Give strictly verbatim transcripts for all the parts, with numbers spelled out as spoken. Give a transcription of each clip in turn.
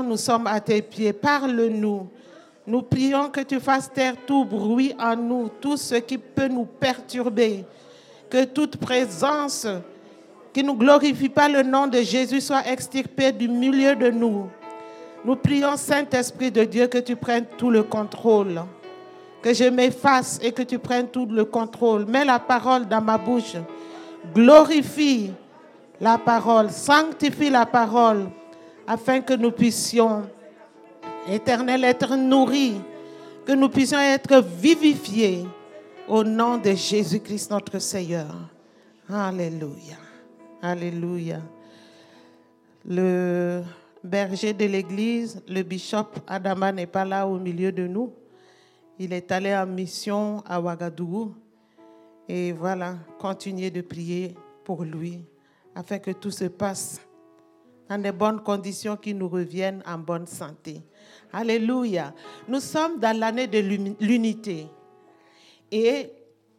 nous sommes à tes pieds. Parle-nous. Nous prions que tu fasses taire tout bruit en nous, tout ce qui peut nous perturber. Que toute présence qui ne glorifie pas le nom de Jésus soit extirpée du milieu de nous. Nous prions, Saint-Esprit de Dieu, que tu prennes tout le contrôle. Que je m'efface et que tu prennes tout le contrôle. Mets la parole dans ma bouche. Glorifie la parole. Sanctifie la parole afin que nous puissions, Éternel, être nourris. Que nous puissions être vivifiés au nom de Jésus-Christ notre Seigneur. Alléluia. Alléluia. Le berger de l'église, le bishop Adama n'est pas là au milieu de nous. Il est allé en mission à Ouagadougou. Et voilà, continuez de prier pour lui afin que tout se passe dans de bonnes conditions, qui nous reviennent en bonne santé. Alléluia. Nous sommes dans l'année de l'unité. Et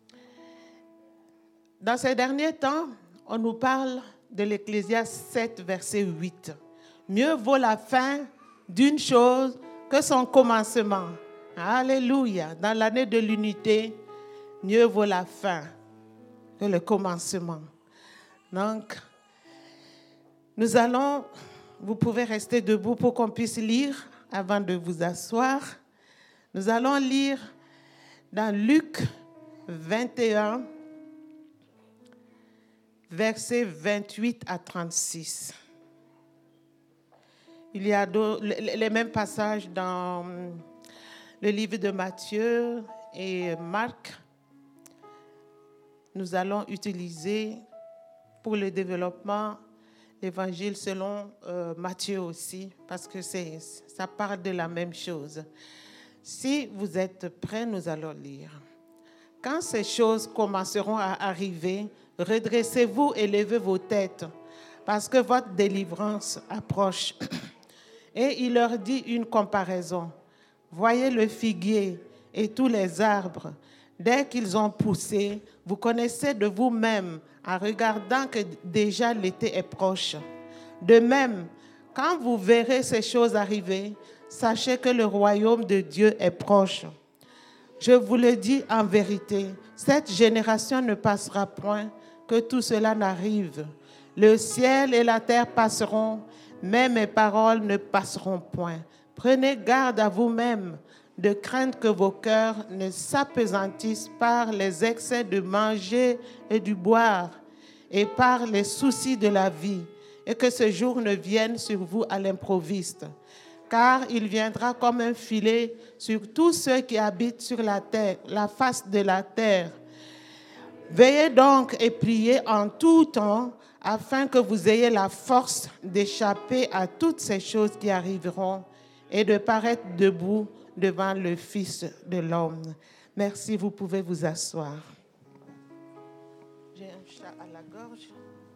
dans ces derniers temps, on nous parle de l'Ecclésiaste sept, verset huit. Mieux vaut la fin d'une chose que son commencement. Alléluia. Dans l'année de l'unité, mieux vaut la fin que le commencement. Donc, nous allons, vous pouvez rester debout pour qu'on puisse lire avant de vous asseoir. Nous allons lire dans Luc vingt et un, versets vingt-huit à trente-six. Il y a les mêmes passages dans le livre de Matthieu et Marc. Nous allons utiliser pour le développement l'évangile selon euh, Matthieu aussi, parce que c'est, ça parle de la même chose. Si vous êtes prêts, nous allons lire. Quand ces choses commenceront à arriver, redressez-vous et levez vos têtes, parce que votre délivrance approche. Et il leur dit une comparaison. Voyez le figuier et tous les arbres. Dès qu'ils ont poussé, vous connaissez de vous-même en regardant que déjà l'été est proche. De même, quand vous verrez ces choses arriver, sachez que le royaume de Dieu est proche. Je vous le dis en vérité, cette génération ne passera point que tout cela n'arrive. Le ciel et la terre passeront, mais mes paroles ne passeront point. Prenez garde à vous-même de craindre que vos cœurs ne s'apesantissent par les excès de manger et du boire et par les soucis de la vie, et que ce jour ne vienne sur vous à l'improviste. Car il viendra comme un filet sur tous ceux qui habitent sur la terre, la face de la terre. Veillez donc et priez en tout temps, afin que vous ayez la force d'échapper à toutes ces choses qui arriveront et de paraître debout devant le Fils de l'homme. Merci, vous pouvez vous asseoir. J'ai un chat à la gorge.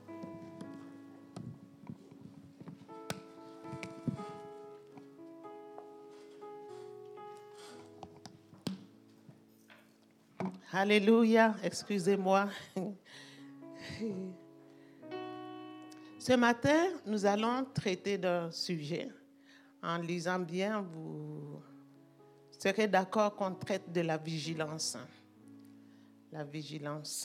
Alléluia, excusez-moi. Ce matin, nous allons traiter d'un sujet. En lisant bien, vous serez d'accord qu'on traite de la vigilance. La vigilance.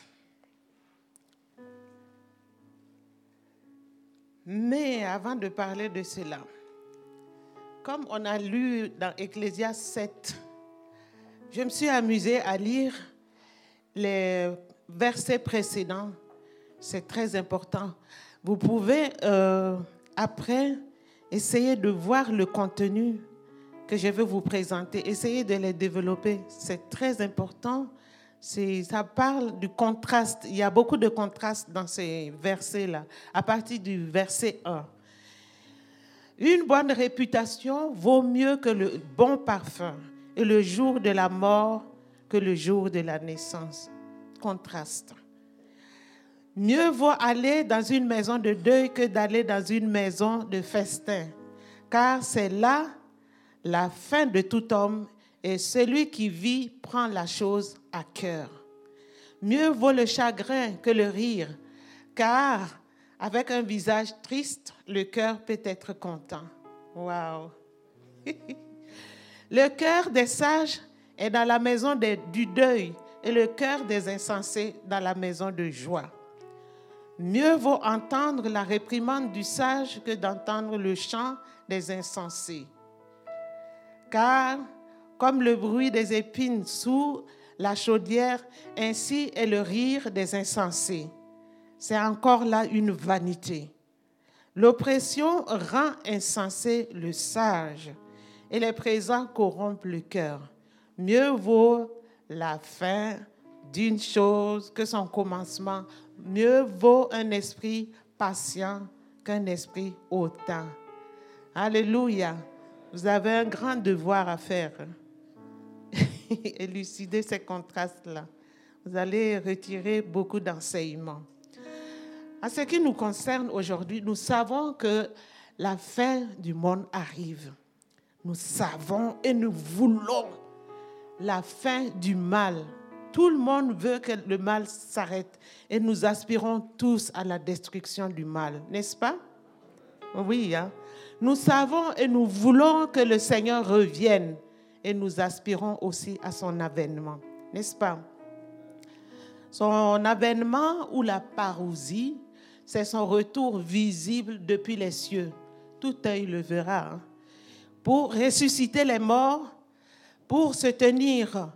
Mais avant de parler de cela, comme on a lu dans Ecclésiaste sept, je me suis amusée à lire les versets précédents. C'est très important. Vous pouvez, euh, après, essayer de voir le contenu que je vais vous présenter. Essayez de les développer. C'est très important. C'est, ça parle du contraste. Il y a beaucoup de contrastes dans ces versets-là, à partir du verset un. Une bonne réputation vaut mieux que le bon parfum, et le jour de la mort que le jour de la naissance. Contraste. Mieux vaut aller dans une maison de deuil que d'aller dans une maison de festin, car c'est là la fin de tout homme, et celui qui vit prend la chose à cœur. Mieux vaut le chagrin que le rire, car avec un visage triste, le cœur peut être content. Waouh! Le cœur des sages est dans la maison des, du deuil et le cœur des insensés dans la maison de joie. Mieux vaut entendre la réprimande du sage que d'entendre le chant des insensés. Car, comme le bruit des épines sous la chaudière, ainsi est le rire des insensés. C'est encore là une vanité. L'oppression rend insensé le sage et les présents corrompent le cœur. Mieux vaut la fin d'une chose que son commencement. Mieux vaut un esprit patient qu'un esprit hautain. Alléluia. Vous avez un grand devoir à faire. Élucider ces contrastes-là. Vous allez retirer beaucoup d'enseignements. En ce qui nous concerne aujourd'hui, nous savons que la fin du monde arrive. Nous savons et nous voulons la fin du mal. Tout le monde veut que le mal s'arrête et nous aspirons tous à la destruction du mal, n'est-ce pas? Oui, hein? Nous savons et nous voulons que le Seigneur revienne et nous aspirons aussi à son avènement, n'est-ce pas? Son avènement ou la parousie, c'est son retour visible depuis les cieux. Tout œil le verra. Hein? Pour ressusciter les morts, pour se tenir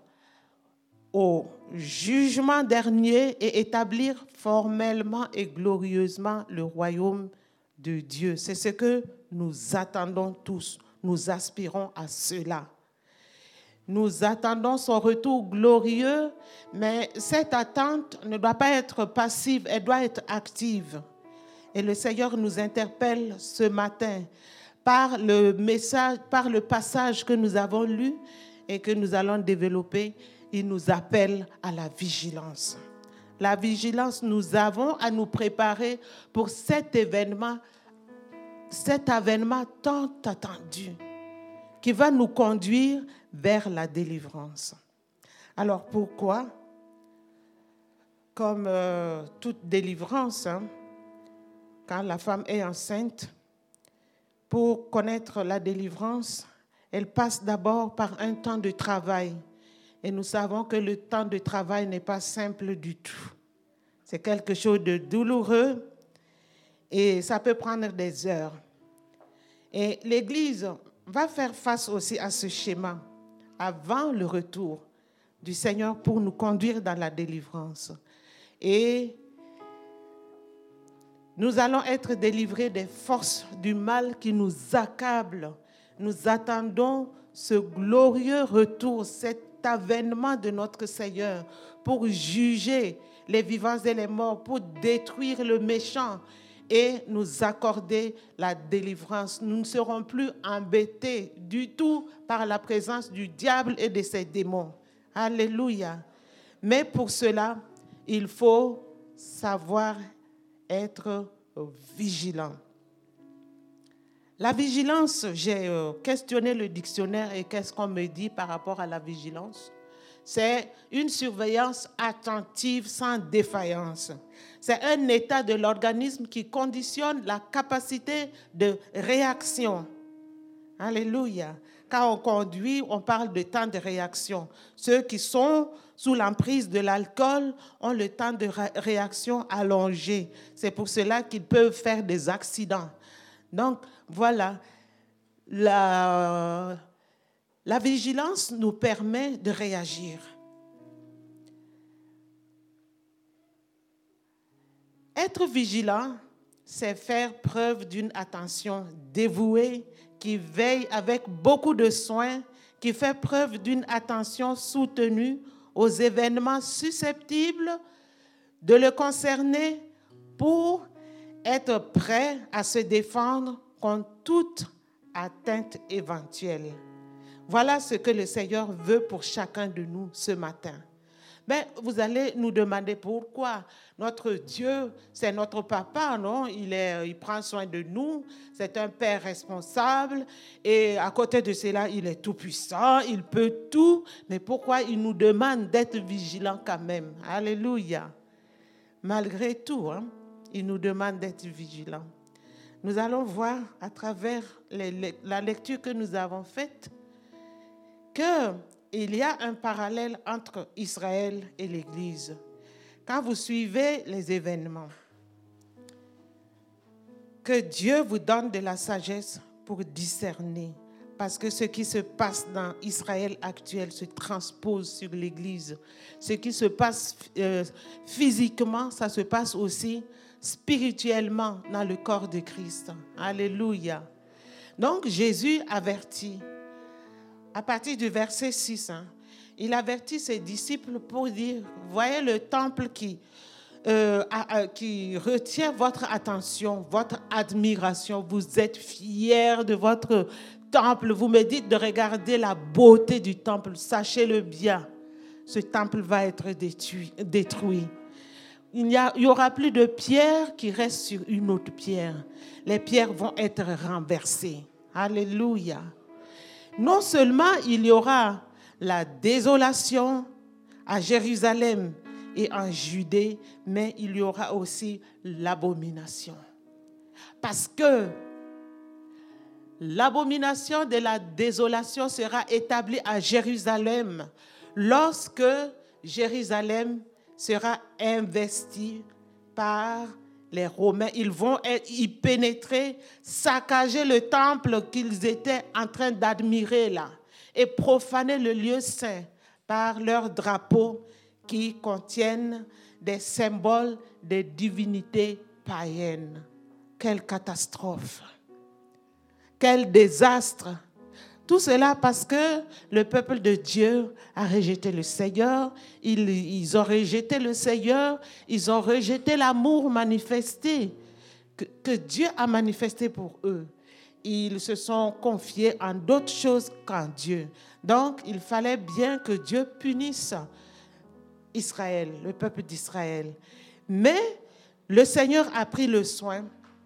au jugement dernier et établir formellement et glorieusement le royaume de Dieu. C'est ce que nous attendons tous. Nous aspirons à cela. Nous attendons son retour glorieux, mais cette attente ne doit pas être passive, elle doit être active. Et le Seigneur nous interpelle ce matin par le message, par le passage que nous avons lu et que nous allons développer. Il nous appelle à la vigilance. La vigilance, nous avons à nous préparer pour cet événement, cet événement tant attendu, qui va nous conduire vers la délivrance. Alors pourquoi? Comme euh, toute délivrance, hein, quand la femme est enceinte, pour connaître la délivrance, elle passe d'abord par un temps de travail. Et nous savons que le temps de travail n'est pas simple du tout. C'est quelque chose de douloureux et ça peut prendre des heures. Et l'Église va faire face aussi à ce schéma avant le retour du Seigneur pour nous conduire dans la délivrance. Et nous allons être délivrés des forces du mal qui nous accablent. Nous attendons ce glorieux retour, cet avènement de notre Seigneur pour juger les vivants et les morts, pour détruire le méchant et nous accorder la délivrance. Nous ne serons plus embêtés du tout par la présence du diable et de ses démons. Alléluia. Mais pour cela, il faut savoir être vigilant. La vigilance, j'ai questionné le dictionnaire et qu'est-ce qu'on me dit par rapport à la vigilance? C'est une surveillance attentive sans défaillance. C'est un état de l'organisme qui conditionne la capacité de réaction. Alléluia. Quand on conduit, on parle de temps de réaction. Ceux qui sont sous l'emprise de l'alcool ont le temps de réaction allongé. C'est pour cela qu'ils peuvent faire des accidents. Donc, voilà, la, la vigilance nous permet de réagir. Être vigilant, c'est faire preuve d'une attention dévouée, qui veille avec beaucoup de soin, qui fait preuve d'une attention soutenue aux événements susceptibles de le concerner pour être prêt à se défendre contre toute atteinte éventuelle. Voilà ce que le Seigneur veut pour chacun de nous ce matin. Mais vous allez nous demander pourquoi. Notre Dieu, c'est notre papa, non? Il, est, il prend soin de nous, c'est un père responsable et à côté de cela, il est tout puissant, il peut tout. Mais pourquoi il nous demande d'être vigilants quand même? Alléluia. Malgré tout, hein, il nous demande d'être vigilants. nous allons voir à travers les, les, la lecture que nous avons faite qu'il y a un parallèle entre Israël et l'Église. Quand vous suivez les événements, que Dieu vous donne de la sagesse pour discerner, parce que ce qui se passe dans Israël actuel se transpose sur l'Église. Ce qui se passe euh, physiquement, ça se passe aussi spirituellement dans le corps de Christ. Alléluia. Donc Jésus avertit, à partir du verset six, hein, il avertit ses disciples pour dire, voyez le temple qui, euh, a, a, qui retient votre attention, votre admiration. Vous êtes fiers de votre temple. Vous me dites de regarder la beauté du temple. Sachez-le bien, ce temple va être détruit. détruit. Il n'y a, il y aura plus de pierre qui reste sur une autre pierre. Les pierres vont être renversées. Alléluia. Non seulement il y aura la désolation à Jérusalem et en Judée, mais il y aura aussi l'abomination. Parce que l'abomination de la désolation sera établie à Jérusalem lorsque Jérusalem sera investie par les Romains. Ils vont y pénétrer, saccager le temple qu'ils étaient en train d'admirer là et profaner le lieu saint par leurs drapeaux qui contiennent des symboles des divinités païennes. Quelle catastrophe! Quel désastre! Tout cela parce que le peuple de Dieu a rejeté le Seigneur, ils, ils ont rejeté le Seigneur, ils ont rejeté l'amour manifesté, que, que Dieu a manifesté pour eux. Ils se sont confiés en d'autres choses qu'en Dieu. Donc, il fallait bien que Dieu punisse Israël, le peuple d'Israël. Mais le Seigneur a pris le soin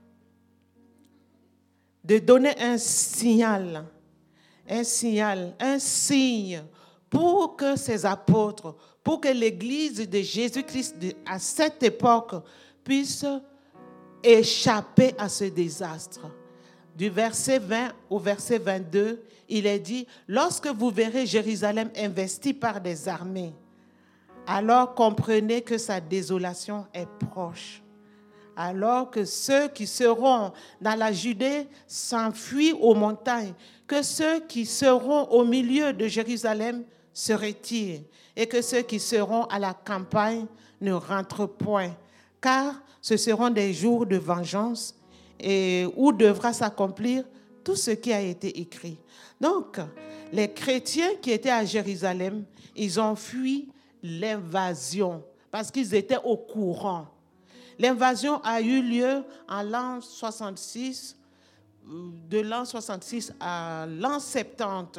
de donner un signal, un signal, un signe pour que ses apôtres, pour que l'Église de Jésus-Christ à cette époque puisse échapper à ce désastre. Du verset vingt au verset vingt-deux, il est dit, « Lorsque vous verrez Jérusalem investie par des armées, alors comprenez que sa désolation est proche. Alors que ceux qui seront dans la Judée s'enfuient aux montagnes, que ceux qui seront au milieu de Jérusalem se retirent et que ceux qui seront à la campagne ne rentrent point, car ce seront des jours de vengeance et où devra s'accomplir tout ce qui a été écrit. » Donc, les chrétiens qui étaient à Jérusalem, ils ont fui l'invasion parce qu'ils étaient au courant. L'invasion a eu lieu en l'an soixante-six, de l'an soixante-six à l'an soixante-dix.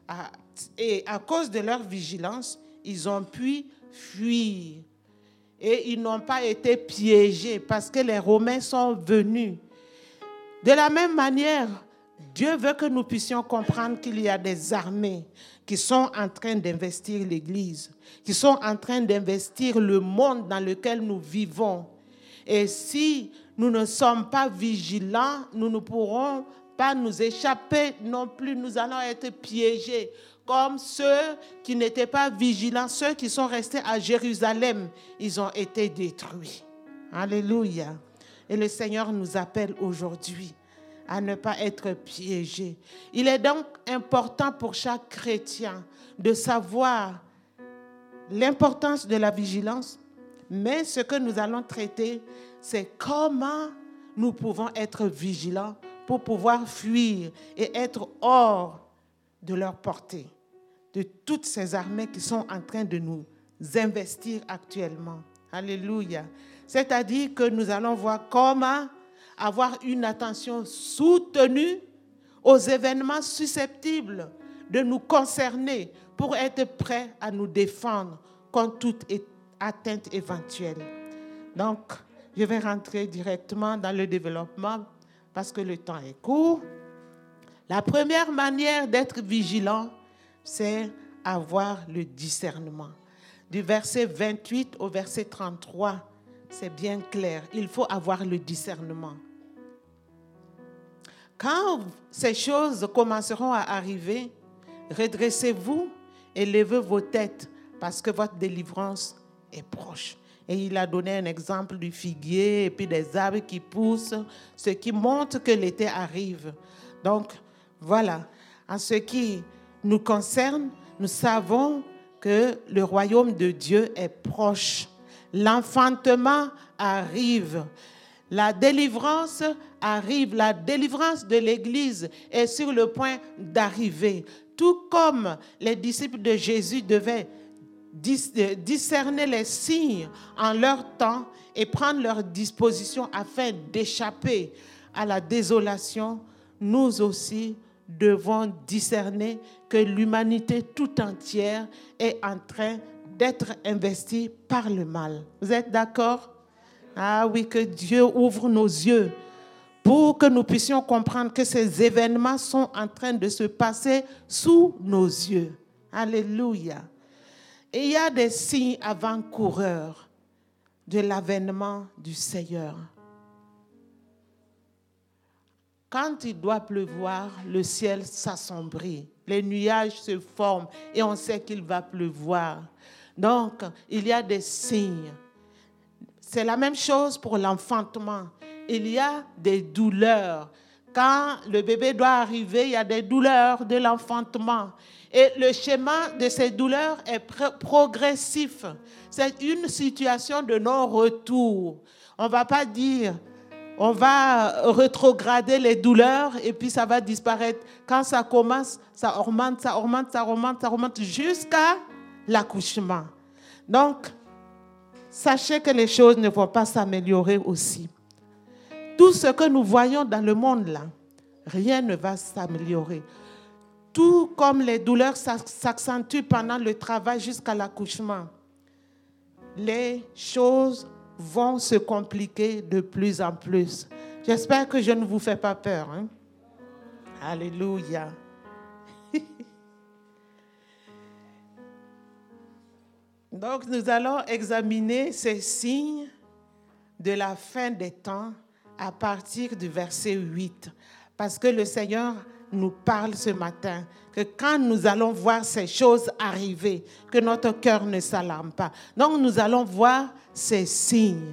Et à cause de leur vigilance, ils ont pu fuir. Et ils n'ont pas été piégés parce que les Romains sont venus. De la même manière, Dieu veut que nous puissions comprendre qu'il y a des armées qui sont en train d'investir l'Église, qui sont en train d'investir le monde dans lequel nous vivons. Et si nous ne sommes pas vigilants, nous ne pourrons pas nous échapper non plus. Nous allons être piégés comme ceux qui n'étaient pas vigilants, ceux qui sont restés à Jérusalem. Ils ont été détruits. Alléluia. Et le Seigneur nous appelle aujourd'hui à ne pas être piégés. Il est donc important pour chaque chrétien de savoir l'importance de la vigilance, mais ce que nous allons traiter, c'est comment nous pouvons être vigilants pour pouvoir fuir et être hors de leur portée, de toutes ces armées qui sont en train de nous investir actuellement. Alléluia. C'est-à-dire que nous allons voir comment avoir une attention soutenue aux événements susceptibles de nous concerner pour être prêts à nous défendre contre toute atteinte éventuelle. Donc, je vais rentrer directement dans le développement parce que le temps est court. La première manière d'être vigilant, c'est avoir le discernement. Du verset vingt-huit au verset trente-trois, c'est bien clair. Il faut avoir le discernement. Quand ces choses commenceront à arriver, redressez-vous et levez vos têtes parce que votre délivrance est proche. Et il a donné un exemple du figuier et puis des arbres qui poussent, ce qui montre que l'été arrive. Donc, voilà. En ce qui nous concerne, nous savons que le royaume de Dieu est proche. L'enfantement arrive. La délivrance arrive. La délivrance de l'Église est sur le point d'arriver. Tout comme les disciples de Jésus devaient discerner les signes en leur temps et prendre leurs dispositions afin d'échapper à la désolation, nous aussi devons discerner que l'humanité tout entière est en train d'être investie par le mal. Vous êtes d'accord? Ah oui, que Dieu ouvre nos yeux pour que nous puissions comprendre que ces événements sont en train de se passer sous nos yeux. Alléluia. Et il y a des signes avant-coureurs de l'avènement du Seigneur. Quand il doit pleuvoir, le ciel s'assombrit, les nuages se forment et on sait qu'il va pleuvoir. Donc, il y a des signes. C'est la même chose pour l'enfantement. Il y a des douleurs. Quand le bébé doit arriver, il y a des douleurs de l'enfantement. Et le schéma de ces douleurs est progressif. C'est une situation de non-retour. On ne va pas dire, on va rétrograder les douleurs et puis ça va disparaître. Quand ça commence, ça augmente, ça augmente, ça augmente, ça augmente jusqu'à l'accouchement. Donc, sachez que les choses ne vont pas s'améliorer aussi. Tout ce que nous voyons dans le monde là, rien ne va s'améliorer. Tout comme les douleurs s'accentuent pendant le travail jusqu'à l'accouchement, les choses vont se compliquer de plus en plus. J'espère que je ne vous fais pas peur. Hein? Alléluia. Donc, nous allons examiner ces signes de la fin des temps à partir du verset huit. Parce que le Seigneur nous parle ce matin que quand nous allons voir ces choses arriver, que notre cœur ne s'alarme pas. Donc, nous allons voir ces signes.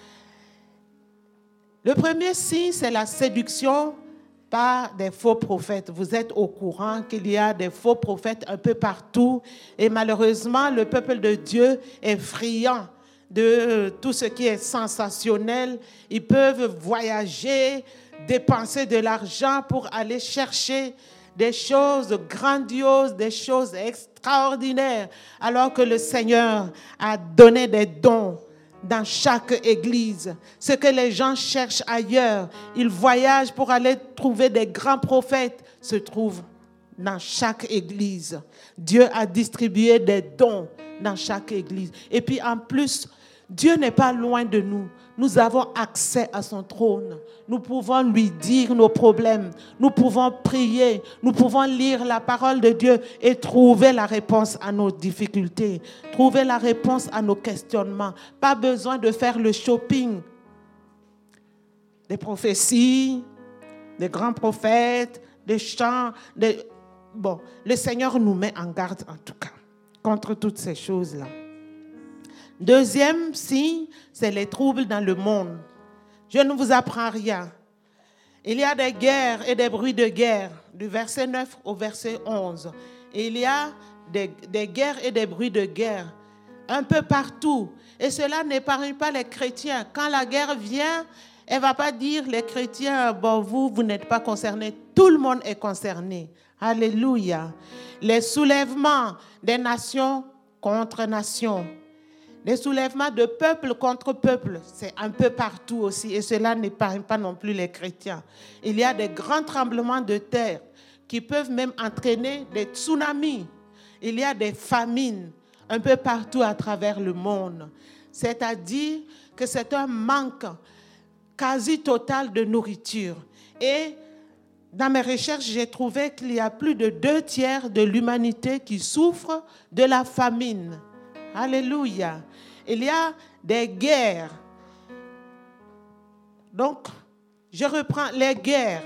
Le premier signe, c'est la séduction par des faux prophètes. Vous êtes au courant qu'il y a des faux prophètes un peu partout et malheureusement, le peuple de Dieu est friand de tout ce qui est sensationnel. Ils peuvent voyager, dépenser de l'argent pour aller chercher des choses grandioses, des choses extraordinaires, alors que le Seigneur a donné des dons dans chaque église. Ce que les gens cherchent ailleurs, ils voyagent pour aller trouver des grands prophètes, se trouve dans chaque église. Dieu a distribué des dons dans chaque église. Et puis en plus, Dieu n'est pas loin de nous. Nous avons accès à son trône. Nous pouvons lui dire nos problèmes. Nous pouvons prier. Nous pouvons lire la parole de Dieu et trouver la réponse à nos difficultés. Trouver la réponse à nos questionnements. Pas besoin de faire le shopping des prophéties, des grands prophètes, des chants. Des... Bon, le Seigneur nous met en garde en tout cas contre toutes ces choses-là. Deuxième signe, c'est les troubles dans le monde. Je ne vous apprends rien. Il y a des guerres et des bruits de guerre, du verset neuf au verset onze. Et il y a des, des guerres et des bruits de guerre un peu partout. Et cela n'épargne pas les chrétiens. Quand la guerre vient, elle ne va pas dire les chrétiens, bon, vous, vous n'êtes pas concernés. Tout le monde est concerné. Alléluia. Les soulèvements des nations contre nations. Les soulèvements de peuple contre peuple, c'est un peu partout aussi. Et cela n'épargne pas non plus les chrétiens. Il y a des grands tremblements de terre qui peuvent même entraîner des tsunamis. Il y a des famines un peu partout à travers le monde. C'est-à-dire que c'est un manque quasi total de nourriture. Et dans mes recherches, j'ai trouvé qu'il y a plus de deux tiers de l'humanité qui souffre de la famine. Alléluia. Il y a des guerres. Donc, je reprends les guerres.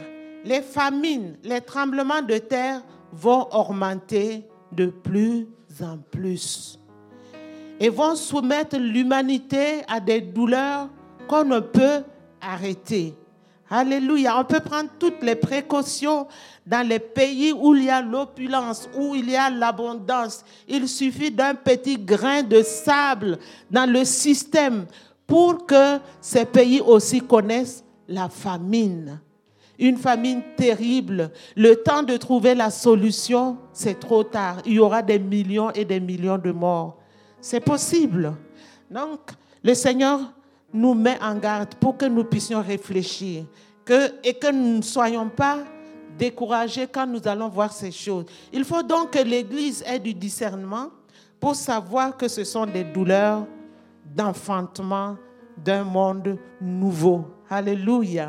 les famines, les tremblements de terre vont augmenter de plus en plus et vont soumettre l'humanité à des douleurs qu'on ne peut arrêter. Alléluia. On peut prendre toutes les précautions dans les pays où il y a l'opulence, où il y a l'abondance. Il suffit d'un petit grain de sable dans le système pour que ces pays aussi connaissent la famine. Une famine terrible. Le temps de trouver la solution, c'est trop tard. Il y aura des millions et des millions de morts. C'est possible. Donc, le Seigneur nous met en garde pour que nous puissions réfléchir que, et que nous ne soyons pas découragés quand nous allons voir ces choses. Il faut donc que l'Église ait du discernement pour savoir que ce sont des douleurs d'enfantement d'un monde nouveau. Alléluia.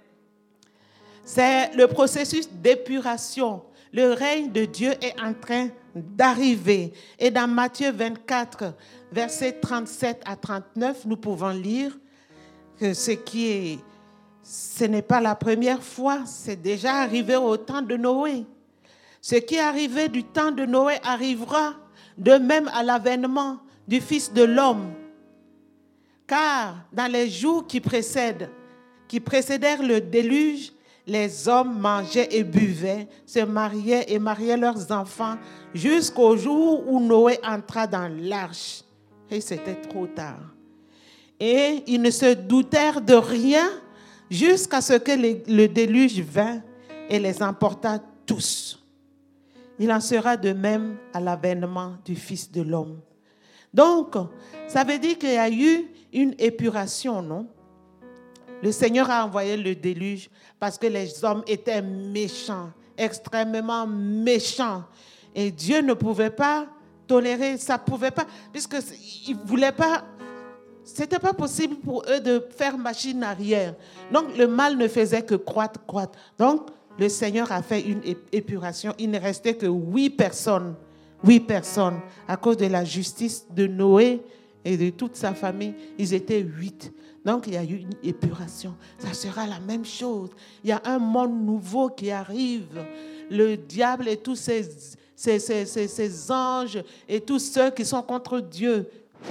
C'est le processus d'épuration. Le règne de Dieu est en train d'arriver. Et dans Matthieu vingt-quatre, versets trente-sept à trente-neuf, nous pouvons lire que ce qui est, ce n'est pas la première fois, c'est déjà arrivé au temps de Noé. Ce qui est arrivé du temps de Noé arrivera de même à l'avènement du Fils de l'homme. Car dans les jours qui précèdent, qui précédèrent le déluge, les hommes mangeaient et buvaient, se mariaient et mariaient leurs enfants jusqu'au jour où Noé entra dans l'arche. Et c'était trop tard. Et ils ne se doutèrent de rien jusqu'à ce que le déluge vint et les emporta tous. Il en sera de même à l'avènement du Fils de l'homme. Donc, ça veut dire qu'il y a eu une épuration, non? Le Seigneur a envoyé le déluge parce que les hommes étaient méchants, extrêmement méchants. Et Dieu ne pouvait pas tolérer, ça ne pouvait pas, puisqu'il ne voulait pas, ce n'était pas possible pour eux de faire machine arrière. Donc, le mal ne faisait que croître, croître. Donc, le Seigneur a fait une épuration. Il ne restait que huit personnes, huit personnes, à cause de la justice de Noé et de toute sa famille. Ils étaient huit. Donc, il y a eu une épuration. Ça sera la même chose. Il y a un monde nouveau qui arrive. Le diable et tous ses, ses, ses, ses, ses anges et tous ceux qui sont contre Dieu.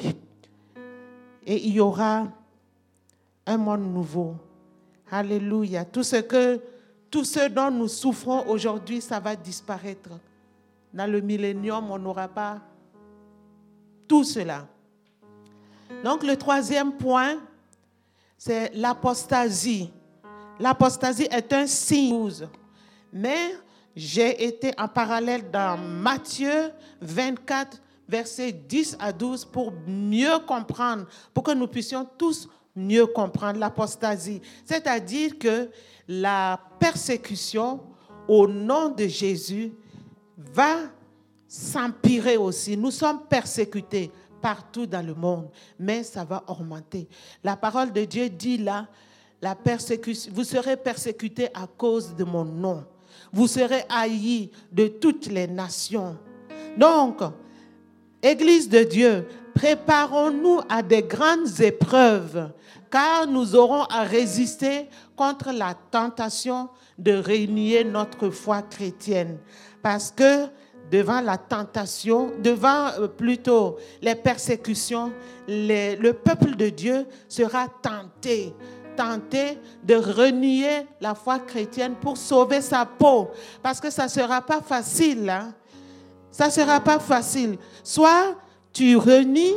Et il y aura un monde nouveau. Alléluia. Tout ce que, tout ce dont nous souffrons aujourd'hui, ça va disparaître. Dans le millénium, on n'aura pas tout cela. Donc, le troisième point, c'est l'apostasie. L'apostasie est un signe. Mais j'ai été en parallèle dans Matthieu vingt-quatre, versets dix à douze, pour mieux comprendre, pour que nous puissions tous mieux comprendre l'apostasie. C'est-à-dire que la persécution au nom de Jésus va s'empirer aussi. Nous sommes persécutés partout dans le monde, mais ça va augmenter. La parole de Dieu dit là, la persécution, vous serez persécutés à cause de mon nom. Vous serez haïs de toutes les nations. Donc, Église de Dieu, préparons-nous à des grandes épreuves, car nous aurons à résister contre la tentation de renier notre foi chrétienne. Parce que devant la tentation, devant euh, plutôt les persécutions, les, le peuple de Dieu sera tenté, tenté de renier la foi chrétienne pour sauver sa peau. Parce que ça ne sera pas facile. Hein? Ça ne sera pas facile. Soit tu renies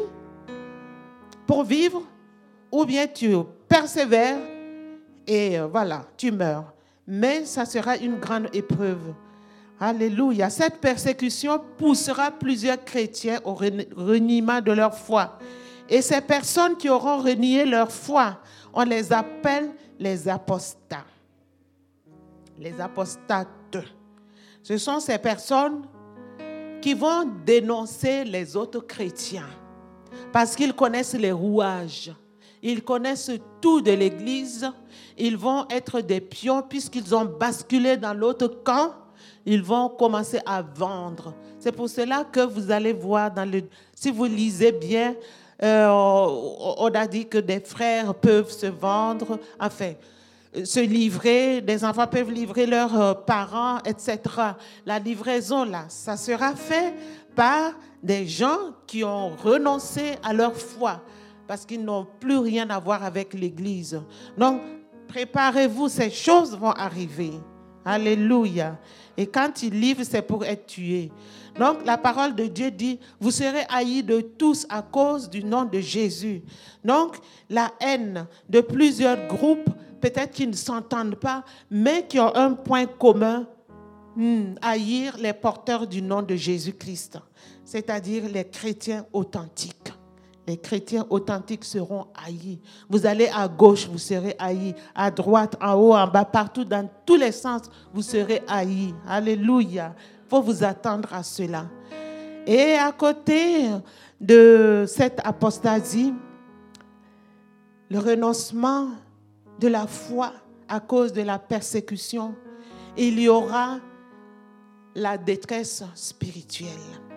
pour vivre, ou bien tu persévères et euh, voilà, tu meurs. Mais ça sera une grande épreuve. Alléluia. Cette persécution poussera plusieurs chrétiens au reniement de leur foi. Et ces personnes qui auront renié leur foi, on les appelle les apostats. Les apostates. Ce sont ces personnes qui vont dénoncer les autres chrétiens parce qu'ils connaissent les rouages. Ils connaissent tout de l'Église. Ils vont être des pions puisqu'ils ont basculé dans l'autre camp. Ils vont commencer à vendre. C'est pour cela que vous allez voir, dans le, si vous lisez bien, euh, on a dit que des frères peuvent se vendre. Enfin, se livrer, des enfants peuvent livrer leurs euh, parents, et cetera. La livraison, là, ça sera fait par des gens qui ont renoncé à leur foi parce qu'ils n'ont plus rien à voir avec l'Église. Donc, préparez-vous, ces choses vont arriver. Alléluia. Et quand ils livrent, c'est pour être tués. Donc, la parole de Dieu dit, vous serez haïs de tous à cause du nom de Jésus. Donc, la haine de plusieurs groupes, peut-être qui ne s'entendent pas, mais qui ont un point commun, hmm, haïr les porteurs du nom de Jésus-Christ, c'est-à-dire les chrétiens authentiques. Les chrétiens authentiques seront haïs. Vous allez à gauche, vous serez haïs. À droite, en haut, en bas, partout, dans tous les sens, vous serez haïs. Alléluia. Il faut vous attendre à cela. Et à côté de cette apostasie, le renoncement de la foi à cause de la persécution, il y aura la détresse spirituelle.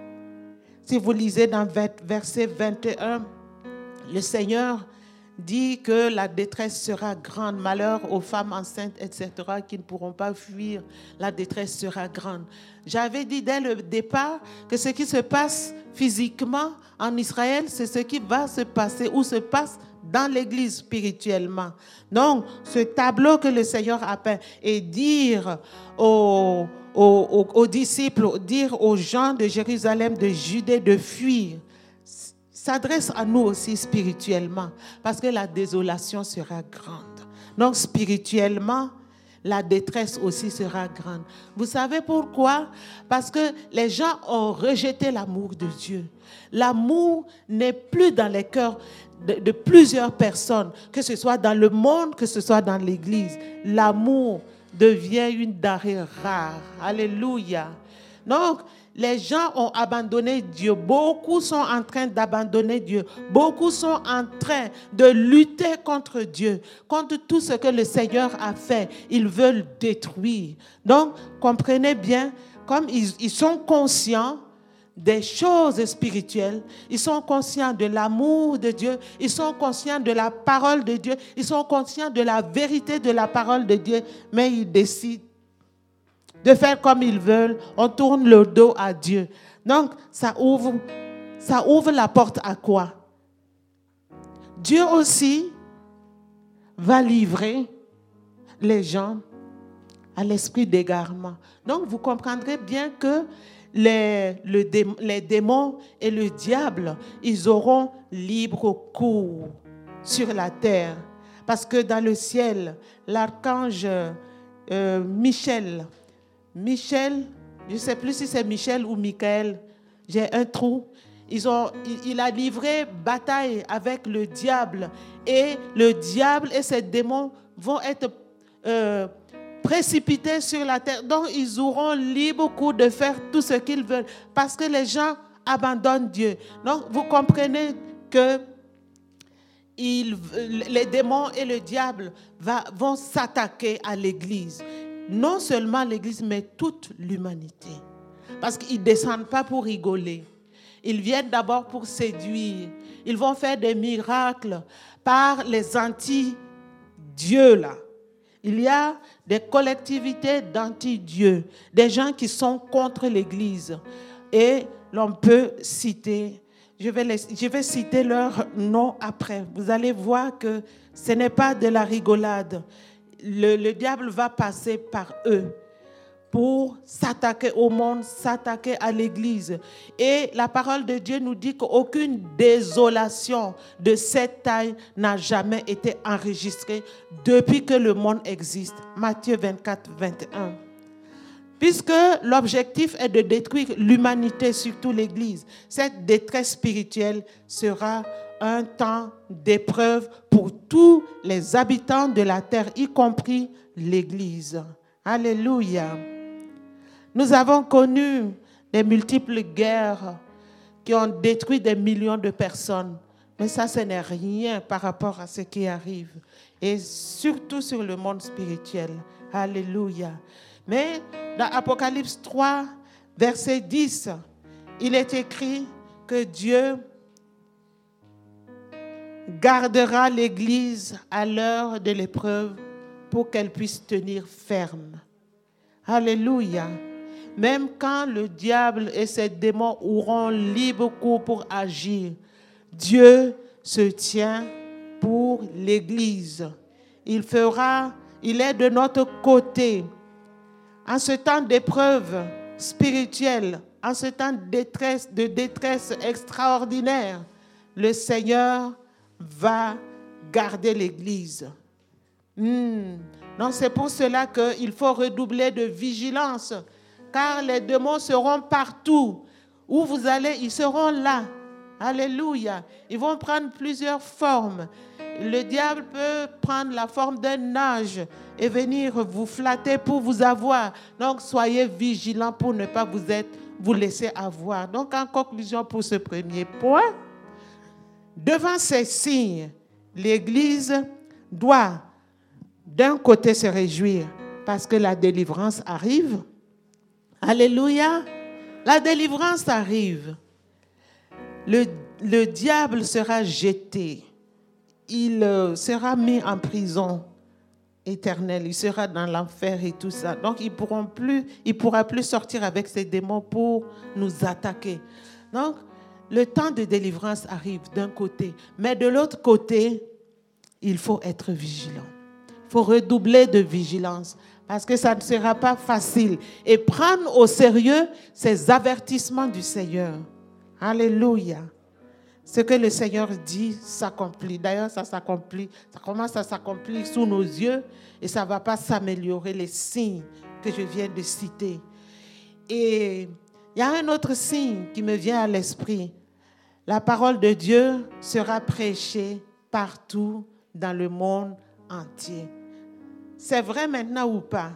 Si vous lisez dans verset vingt et un, le Seigneur dit que la détresse sera grande, malheur aux femmes enceintes, et cetera, qui ne pourront pas fuir, la détresse sera grande. J'avais dit dès le départ que ce qui se passe physiquement en Israël, c'est ce qui va se passer ou se passe dans l'Église spirituellement. Donc, ce tableau que le Seigneur a peint et dire aux, aux, aux, aux disciples, dire aux gens de Jérusalem, de Judée de fuir, s'adresse à nous aussi spirituellement, parce que la désolation sera grande. Donc, spirituellement, la détresse aussi sera grande. Vous savez pourquoi? Parce que les gens ont rejeté l'amour de Dieu. L'amour n'est plus dans les cœurs de, de plusieurs personnes, que ce soit dans le monde, que ce soit dans l'Église. L'amour devient une denrée rare. Alléluia. Donc, les gens ont abandonné Dieu. Beaucoup sont en train d'abandonner Dieu. Beaucoup sont en train de lutter contre Dieu, contre tout ce que le Seigneur a fait. Ils veulent détruire. Donc, comprenez bien, comme ils, ils sont conscients des choses spirituelles, ils sont conscients de l'amour de Dieu, ils sont conscients de la parole de Dieu, ils sont conscients de la vérité de la parole de Dieu, mais ils décident de faire comme ils veulent, on tourne le dos à Dieu. Donc, ça ouvre, ça ouvre la porte à quoi? Dieu aussi va livrer les gens à l'esprit d'égarement. Donc, vous comprendrez bien que les, le, les démons et le diable, ils auront libre cours sur la terre. Parce que dans le ciel, l'archange euh, Michel, Michel, je ne sais plus si c'est Michel ou Michael, j'ai un trou. Ils ont, il, il a livré bataille avec le diable. Et le diable et ses démons vont être euh, précipités sur la terre. Donc, ils auront libre cours de faire tout ce qu'ils veulent. Parce que les gens abandonnent Dieu. Donc, vous comprenez que il, les démons et le diable va, vont s'attaquer à l'Église. Non seulement l'Église, mais toute l'humanité. Parce qu'ils ne descendent pas pour rigoler. Ils viennent d'abord pour séduire. Ils vont faire des miracles par les anti-dieux là. Il y a des collectivités d'anti-dieux, des gens qui sont contre l'Église. Et l'on peut citer, je vais, les, je vais citer leur nom après. Vous allez voir que ce n'est pas de la rigolade. Le, le diable va passer par eux pour s'attaquer au monde, s'attaquer à l'Église. Et la parole de Dieu nous dit qu'aucune désolation de cette taille n'a jamais été enregistrée depuis que le monde existe. Matthieu vingt-quatre, vingt et un. Puisque l'objectif est de détruire l'humanité, surtout l'Église, cette détresse spirituelle sera un temps d'épreuve pour tous les habitants de la terre, y compris l'Église. Alléluia. Nous avons connu des multiples guerres qui ont détruit des millions de personnes. Mais ça, ce n'est rien par rapport à ce qui arrive. Et surtout sur le monde spirituel. Alléluia. Mais dans Apocalypse trois, verset dix, il est écrit que Dieu gardera l'Église à l'heure de l'épreuve pour qu'elle puisse tenir ferme. Alléluia. Même quand le diable et ses démons auront libre cours pour agir, Dieu se tient pour l'Église. Il fera, il est de notre côté. En ce temps d'épreuve spirituelle, en ce temps de détresse, de détresse extraordinaire, le Seigneur va garder l'Église. Hmm. Donc c'est pour cela qu'il faut redoubler de vigilance, car les démons seront partout. Où vous allez, ils seront là. Alléluia. Ils vont prendre plusieurs formes. Le diable peut prendre la forme d'un ange et venir vous flatter pour vous avoir. Donc, soyez vigilants pour ne pas vous, être, vous laisser avoir. Donc, en conclusion pour ce premier point, devant ces signes, l'Église doit d'un côté se réjouir parce que la délivrance arrive. Alléluia. La délivrance arrive. Le, le diable sera jeté. Il euh, sera mis en prison éternelle. Il sera dans l'enfer et tout ça. Donc, il ne pourra plus sortir avec ses démons pour nous attaquer. Donc, le temps de délivrance arrive d'un côté. Mais de l'autre côté, il faut être vigilant. Il faut redoubler de vigilance parce que ça ne sera pas facile. Et prendre au sérieux ces avertissements du Seigneur. Alléluia. Ce que le Seigneur dit s'accomplit. D'ailleurs, ça s'accomplit. Ça commence à s'accomplir sous nos yeux et ça ne va pas s'améliorer, les signes que je viens de citer. Et il y a un autre signe qui me vient à l'esprit. La parole de Dieu sera prêchée partout dans le monde entier. C'est vrai maintenant ou pas?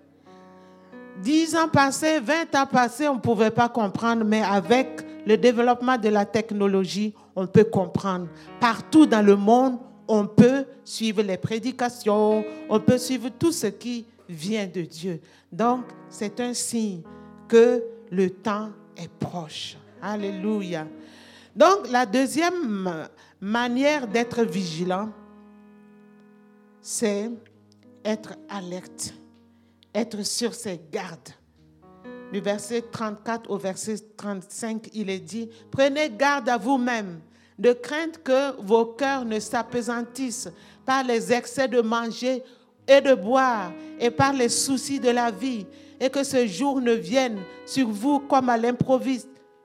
Dix ans passés, vingt ans passés, on ne pouvait pas comprendre, mais avec le développement de la technologie, on peut comprendre. Partout dans le monde, on peut suivre les prédications, on peut suivre tout ce qui vient de Dieu. Donc, c'est un signe que le temps est proche. Alléluia. Donc, la deuxième manière d'être vigilant, c'est être alerte, être sur ses gardes. Du verset trente-quatre au verset trente-cinq, il est dit, « Prenez garde à vous-même, de crainte que vos cœurs ne s'apesantissent par les excès de manger et de boire et par les soucis de la vie, et que ce jour ne vienne sur vous comme à l'improviste,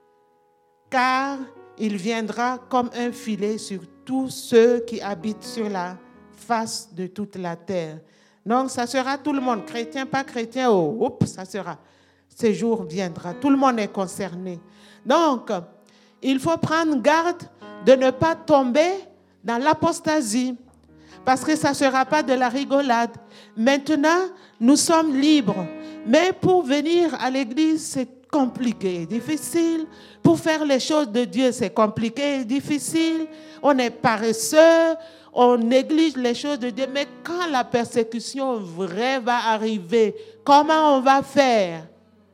car il viendra comme un filet sur tous ceux qui habitent sur la face de toute la terre. » Donc, ça sera tout le monde, chrétien, pas chrétien, oh, oups, ça sera. Ce jour viendra, tout le monde est concerné. Donc, il faut prendre garde de ne pas tomber dans l'apostasie, parce que ça ne sera pas de la rigolade. Maintenant, nous sommes libres, mais pour venir à l'église, c'est compliqué, difficile. Pour faire les choses de Dieu, c'est compliqué, difficile. On est paresseux, on néglige les choses de Dieu. Mais quand la persécution vraie va arriver, comment on va faire?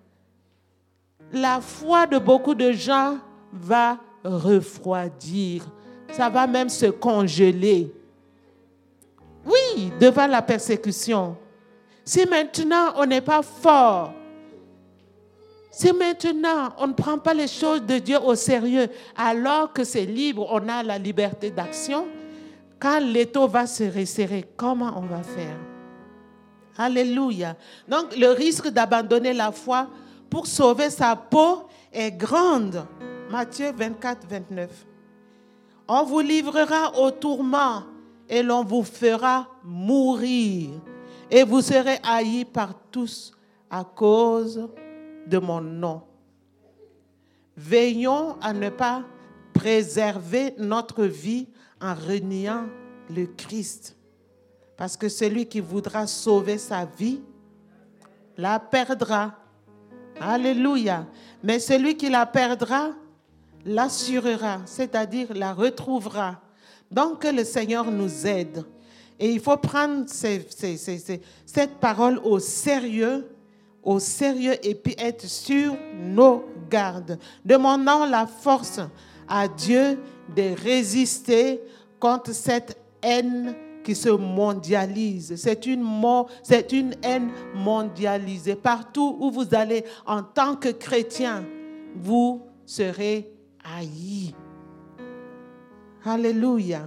La foi de beaucoup de gens va refroidir. Ça va même se congeler. Oui, devant la persécution. Si maintenant on n'est pas fort, si maintenant on ne prend pas les choses de Dieu au sérieux, alors que c'est libre, on a la liberté d'action, quand l'étau va se resserrer, comment on va faire? Alléluia. Donc le risque d'abandonner la foi pour sauver sa peau est grande. Matthieu vingt-quatre, vingt-neuf. On vous livrera au tourment et l'on vous fera mourir. Et vous serez haïs par tous à cause de mon nom. Veillons à ne pas préserver notre vie en reniant le Christ. Parce que celui qui voudra sauver sa vie la perdra. Alléluia. Mais celui qui la perdra l'assurera, c'est-à-dire la retrouvera. Donc que le Seigneur nous aide. Et il faut prendre ces, ces, ces, ces, cette parole au sérieux, au sérieux et puis être sur nos gardes. Demandons la force à Dieu de résister contre cette haine qui se mondialise. C'est une, mo- c'est une haine mondialisée. Partout où vous allez, en tant que chrétien, vous serez haïs. Alléluia.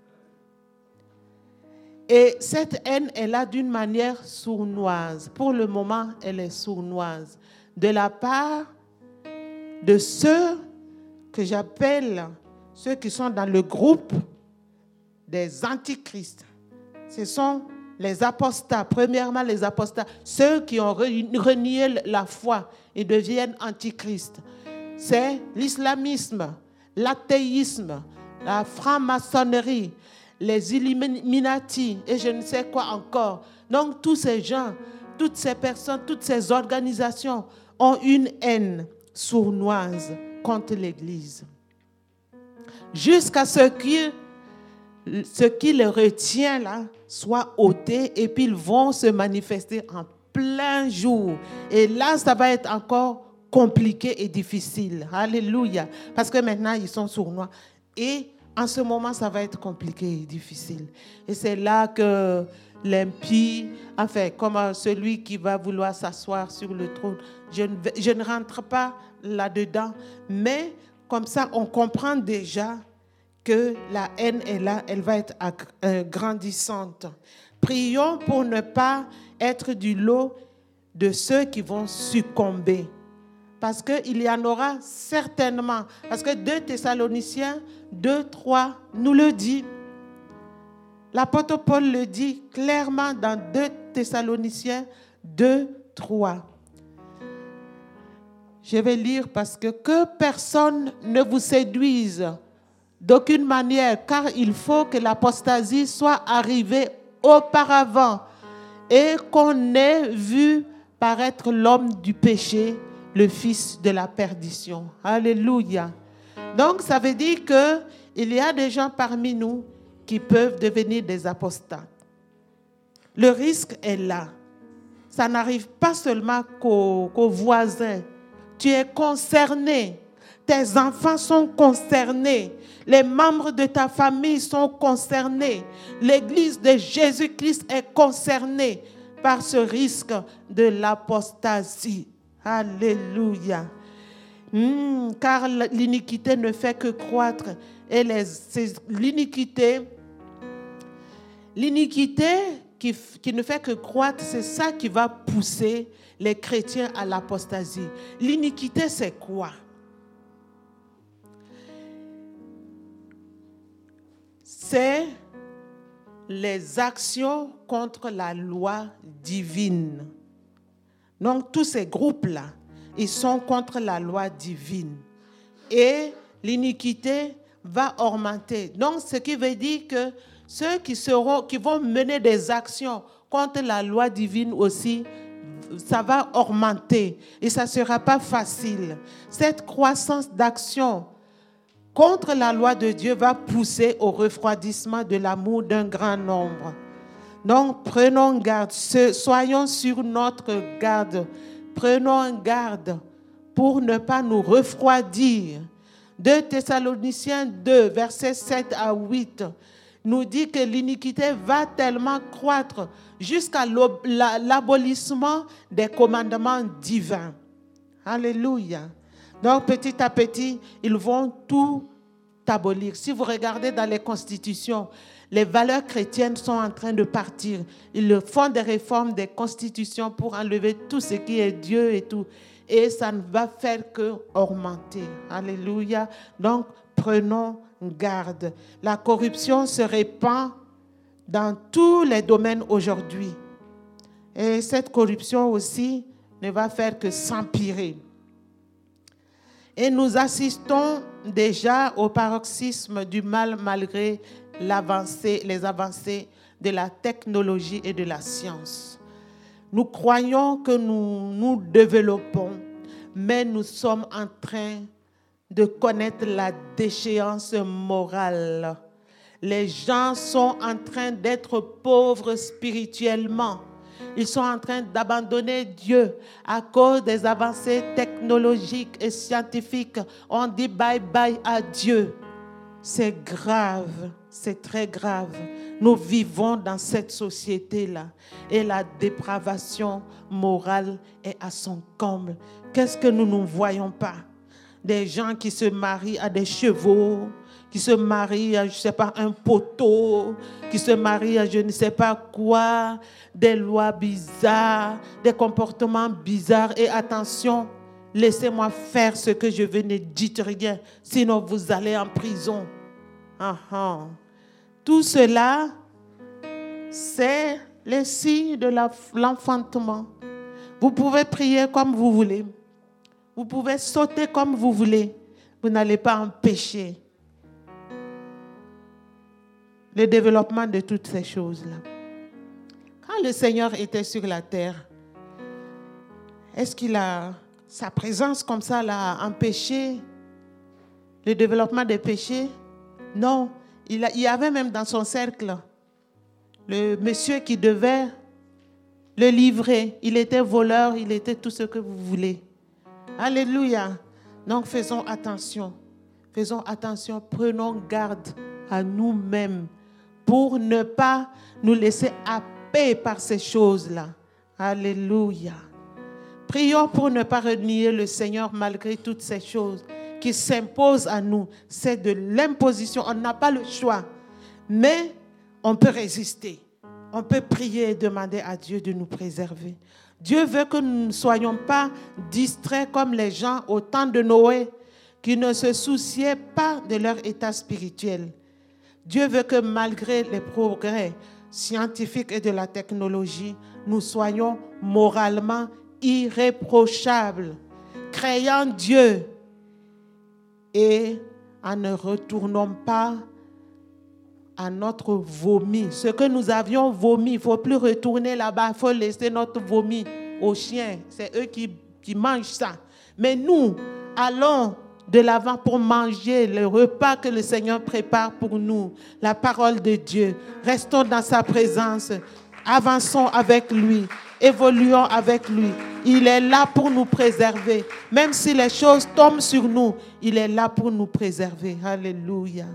Et cette haine est là d'une manière sournoise. Pour le moment, elle est sournoise. De la part de ceux que j'appelle, ceux qui sont dans le groupe des antichrists. Ce sont les apostats. Premièrement, les apostats. Ceux qui ont renié la foi et deviennent antichrists. C'est l'islamisme, l'athéisme, la franc-maçonnerie, les Illuminati et je ne sais quoi encore. Donc tous ces gens, toutes ces personnes, toutes ces organisations ont une haine sournoise contre l'Église. Jusqu'à ce que ce qui les retient là soit ôté et puis ils vont se manifester en plein jour. Et là, ça va être encore compliqué et difficile. Alléluia. Parce que maintenant, ils sont sournois. Et en ce moment, ça va être compliqué et difficile. Et c'est là que l'impie, enfin, comme celui qui va vouloir s'asseoir sur le trône, je ne, vais, je ne rentre pas là-dedans, mais comme ça, on comprend déjà que la haine est là, elle va être grandissante. Prions pour ne pas être du lot de ceux qui vont succomber. Parce qu'il y en aura certainement. Parce que deux Thessaloniciens, deux, trois, nous le dit. L'apôtre Paul le dit clairement dans deux Thessaloniciens, deux, trois. Je vais lire parce que que personne ne vous séduise d'aucune manière, car il faut que l'apostasie soit arrivée auparavant et qu'on ait vu paraître l'homme du péché, le fils de la perdition. Alléluia. Donc, ça veut dire qu'il y a des gens parmi nous qui peuvent devenir des apostats. Le risque est là. Ça n'arrive pas seulement qu'aux, qu'aux voisins. Tu es concerné. Tes enfants sont concernés. Les membres de ta famille sont concernés. L'Église de Jésus-Christ est concernée par ce risque de l'apostasie. Alléluia. Mmh, car l'iniquité ne fait que croître. Et les, l'iniquité, l'iniquité qui, qui ne fait que croître, c'est ça qui va pousser les chrétiens à l'apostasie. L'iniquité, c'est quoi? C'est les actions contre la loi divine. Donc, tous ces groupes-là, ils sont contre la loi divine. Et l'iniquité va augmenter. Donc, ce qui veut dire que ceux qui, seront, qui vont mener des actions contre la loi divine aussi, ça va augmenter. Et ça ne sera pas facile. Cette croissance d'action contre la loi de Dieu va pousser au refroidissement de l'amour d'un grand nombre. Donc, prenons garde, soyons sur notre garde, prenons garde pour ne pas nous refroidir. deux Thessaloniciens deux, versets sept à huit, nous dit que l'iniquité va tellement croître jusqu'à l'abolissement des commandements divins. Alléluia. Donc, petit à petit, ils vont tout abolir. Si vous regardez dans les constitutions, les valeurs chrétiennes sont en train de partir. Ils font des réformes des constitutions pour enlever tout ce qui est Dieu et tout. Et ça ne va faire qu'augmenter. Alléluia. Donc, prenons garde. La corruption se répand dans tous les domaines aujourd'hui. Et cette corruption aussi ne va faire que s'empirer. Et nous assistons déjà au paroxysme du mal malgré l'avancée, les avancées de la technologie et de la science. Nous croyons que nous nous développons, mais nous sommes en train de connaître la déchéance morale. Les gens sont en train d'être pauvres spirituellement. Ils sont en train d'abandonner Dieu à cause des avancées technologiques et scientifiques. On dit bye bye à Dieu. C'est grave, c'est très grave. Nous vivons dans cette société-là et la dépravation morale est à son comble. Qu'est-ce que nous ne voyons pas? Des gens qui se marient à des chevaux, qui se marient à, je ne sais pas, un poteau, qui se marient à je ne sais pas quoi, des lois bizarres, des comportements bizarres. Et attention, laissez-moi faire ce que je veux, ne dites rien, sinon vous allez en prison. Ah, ah. Tout cela, c'est les signes de l'enfantement. Vous pouvez prier comme vous voulez. Vous pouvez sauter comme vous voulez. Vous n'allez pas en pécher. Le développement de toutes ces choses-là. Quand le Seigneur était sur la terre, est-ce qu'il a, sa présence comme ça l'a empêché le développement des péchés? Non. Il, a, il y avait même dans son cercle le monsieur qui devait le livrer. Il était voleur, il était tout ce que vous voulez. Alléluia. Donc faisons attention. Faisons attention, prenons garde à nous-mêmes pour ne pas nous laisser happer par ces choses-là. Alléluia. Prions pour ne pas renier le Seigneur malgré toutes ces choses qui s'imposent à nous. C'est de l'imposition. On n'a pas le choix. Mais on peut résister. On peut prier et demander à Dieu de nous préserver. Dieu veut que nous ne soyons pas distraits comme les gens au temps de Noé qui ne se souciaient pas de leur état spirituel. Dieu veut que malgré les progrès scientifiques et de la technologie, nous soyons moralement irréprochables, craignant Dieu et en ne retournons pas à notre vomi. Ce que nous avions vomi, il ne faut plus retourner là-bas, il faut laisser notre vomi aux chiens. C'est eux qui, qui mangent ça. Mais nous, allons de l'avant pour manger le repas que le Seigneur prépare pour nous, la parole de Dieu. Restons dans sa présence, avançons avec lui, évoluons avec lui. Il est là pour nous préserver. Même si les choses tombent sur nous, il est là pour nous préserver. Alléluia.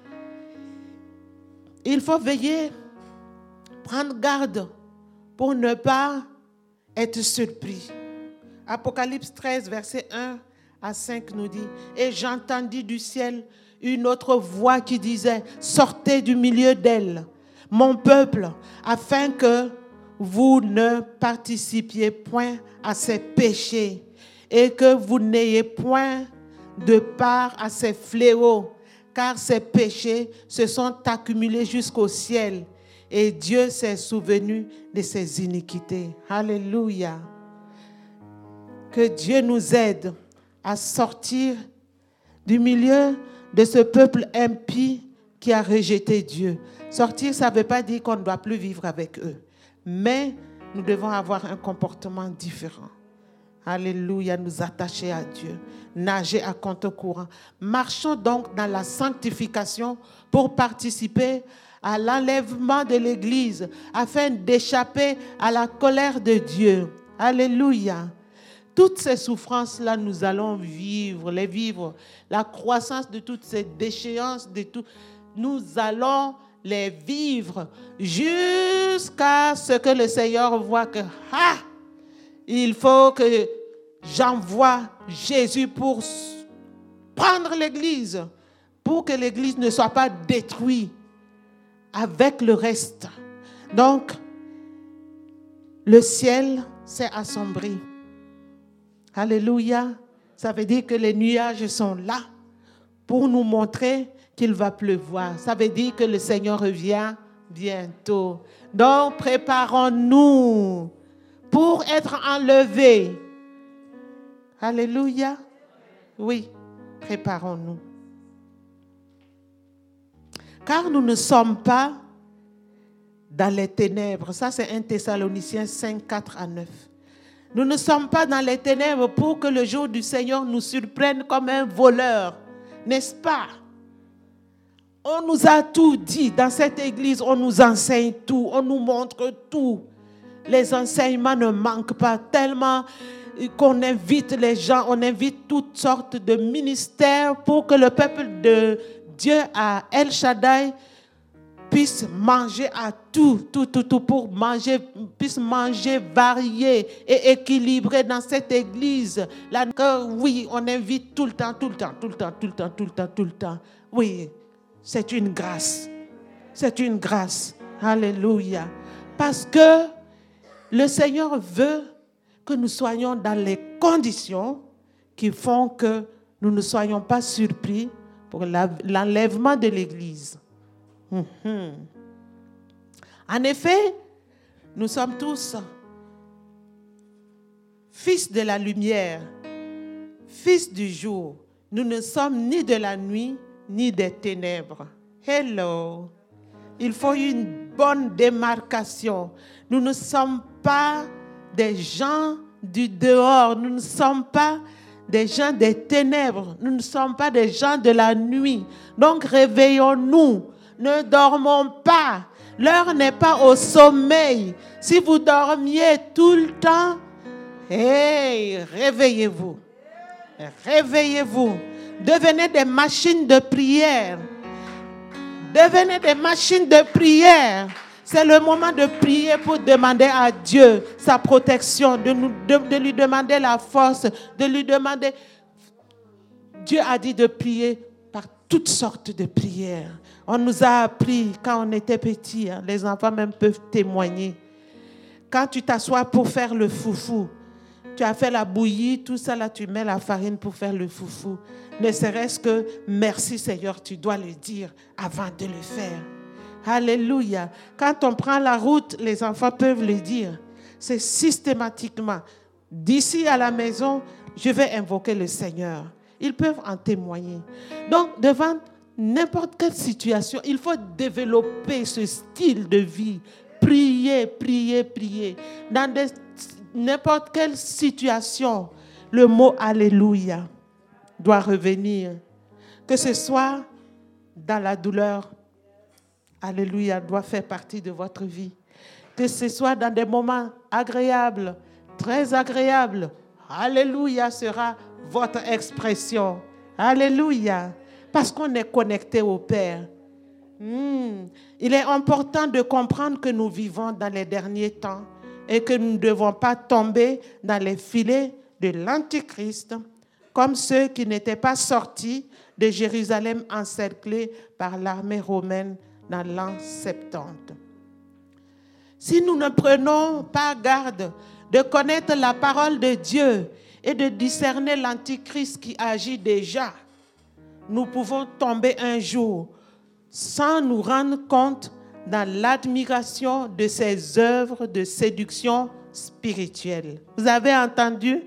Il faut veiller, prendre garde pour ne pas être surpris. Apocalypse treize, verset un à cinq nous dit « Et j'entendis du ciel une autre voix qui disait « Sortez du milieu d'elle, mon peuple, afin que vous ne participiez point à ses péchés et que vous n'ayez point de part à ses fléaux. Car ses péchés se sont accumulés jusqu'au ciel et Dieu s'est souvenu de ses iniquités. » Alléluia. Que Dieu nous aide à sortir du milieu de ce peuple impie qui a rejeté Dieu. Sortir, ça ne veut pas dire qu'on ne doit plus vivre avec eux, mais nous devons avoir un comportement différent. Alléluia, nous attacher à Dieu, nager à contre-courant. Marchons donc dans la sanctification pour participer à l'enlèvement de l'Église, afin d'échapper à la colère de Dieu. Alléluia. Toutes ces souffrances-là, nous allons vivre, les vivre. La croissance de toutes ces déchéances, de tout, nous allons les vivre jusqu'à ce que le Seigneur voit que, ah, il faut que j'envoie Jésus pour prendre l'Église, pour que l'Église ne soit pas détruite avec le reste. Donc, le ciel s'est assombri. Alléluia. Ça veut dire que les nuages sont là pour nous montrer qu'il va pleuvoir. Ça veut dire que le Seigneur revient bientôt. Donc, préparons-nous pour être enlevés. Alléluia. Oui, préparons-nous. Car nous ne sommes pas dans les ténèbres. Ça, c'est un Thessaloniciens cinq, quatre à neuf. Nous ne sommes pas dans les ténèbres pour que le jour du Seigneur nous surprenne comme un voleur. N'est-ce pas? On nous a tout dit. Dans cette église, on nous enseigne tout. On nous montre tout. Les enseignements ne manquent pas tellement qu'on invite les gens, on invite toutes sortes de ministères pour que le peuple de Dieu à El Shaddai puisse manger à tout, tout, tout, tout, pour manger, puisse manger varié et équilibré dans cette église. Là, que, oui, on invite tout le temps, tout le temps, tout le temps, tout le temps, tout le temps, tout le temps. Oui, c'est une grâce. C'est une grâce. Alléluia. Parce que le Seigneur veut que nous soyons dans les conditions qui font que nous ne soyons pas surpris pour l'enlèvement de l'Église. Mm-hmm. En effet, nous sommes tous fils de la lumière, fils du jour. Nous ne sommes ni de la nuit, ni des ténèbres. Hello! Il faut une bonne démarcation. Nous ne sommes pas des gens du dehors. Nous ne sommes pas des gens des ténèbres. Nous ne sommes pas des gens de la nuit. Donc réveillons-nous. Ne dormons pas. L'heure n'est pas au sommeil. Si vous dormiez tout le temps, hey, réveillez-vous. Réveillez-vous. Devenez des machines de prière. Devenez des machines de prière. C'est le moment de prier pour demander à Dieu sa protection, de, nous, de, de lui demander la force, de lui demander... Dieu a dit de prier par toutes sortes de prières. On nous a appris quand on était petits, hein, les enfants même peuvent témoigner. Quand tu t'assois pour faire le foufou, tu as fait la bouillie, tout ça là, tu mets la farine pour faire le foufou. Ne serait-ce que merci Seigneur, tu dois le dire avant de le faire. Alléluia. Quand on prend la route, les enfants peuvent le dire. C'est systématiquement. D'ici à la maison, je vais invoquer le Seigneur. Ils peuvent en témoigner. Donc, devant n'importe quelle situation, il faut développer ce style de vie. Prier, prier, prier. Dans des, n'importe quelle situation, le mot Alléluia doit revenir. Que ce soit dans la douleur, Alléluia doit faire partie de votre vie. Que ce soit dans des moments agréables, très agréables, Alléluia sera votre expression. Alléluia. Parce qu'on est connecté au Père. Hmm. Il est important de comprendre que nous vivons dans les derniers temps et que nous ne devons pas tomber dans les filets de l'Antichrist comme ceux qui n'étaient pas sortis de Jérusalem encerclés par l'armée romaine dans l'an soixante-dix. Si nous ne prenons pas garde de connaître la parole de Dieu et de discerner l'Antichrist qui agit déjà, nous pouvons tomber un jour sans nous rendre compte dans l'admiration de ses œuvres de séduction spirituelle. Vous avez entendu?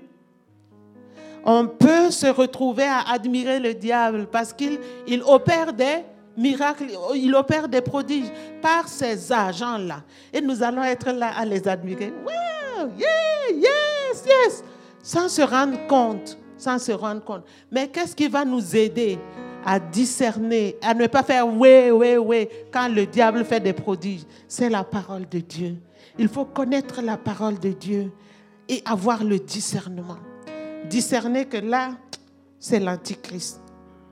On peut se retrouver à admirer le diable parce qu'il il opère des miracles, il opère des prodiges par ces agents-là. Et nous allons être là à les admirer. Wow, yeah, yes, yes. Sans se rendre compte, sans se rendre compte. Mais qu'est-ce qui va nous aider à discerner, à ne pas faire ouais, ouais, ouais quand le diable fait des prodiges? C'est la parole de Dieu. Il faut connaître la parole de Dieu et avoir le discernement. Discerner que là, c'est l'Antichrist.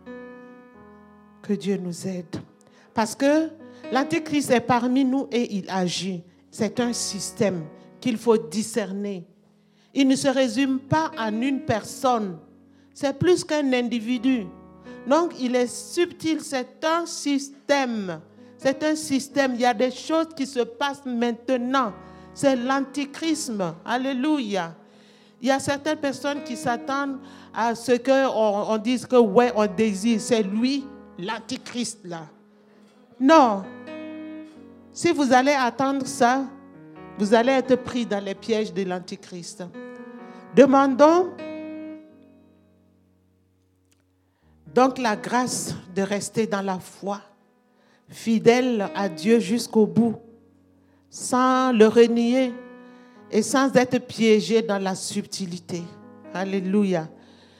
Que Dieu nous aide. Parce que l'Antichrist est parmi nous et il agit. C'est un système qu'il faut discerner. Il ne se résume pas en une personne. C'est plus qu'un individu. Donc, il est subtil. C'est un système. C'est un système. Il y a des choses qui se passent maintenant. C'est l'antichrisme. Alléluia. Il y a certaines personnes qui s'attendent à ce qu'on on dise que, ouais, on désire. C'est lui, l'antichrist, là. Non. Si vous allez attendre ça, vous allez être pris dans les pièges de l'antichrist. Demandons donc la grâce de rester dans la foi, fidèle à Dieu jusqu'au bout, sans le renier et sans être piégé dans la subtilité. Alléluia.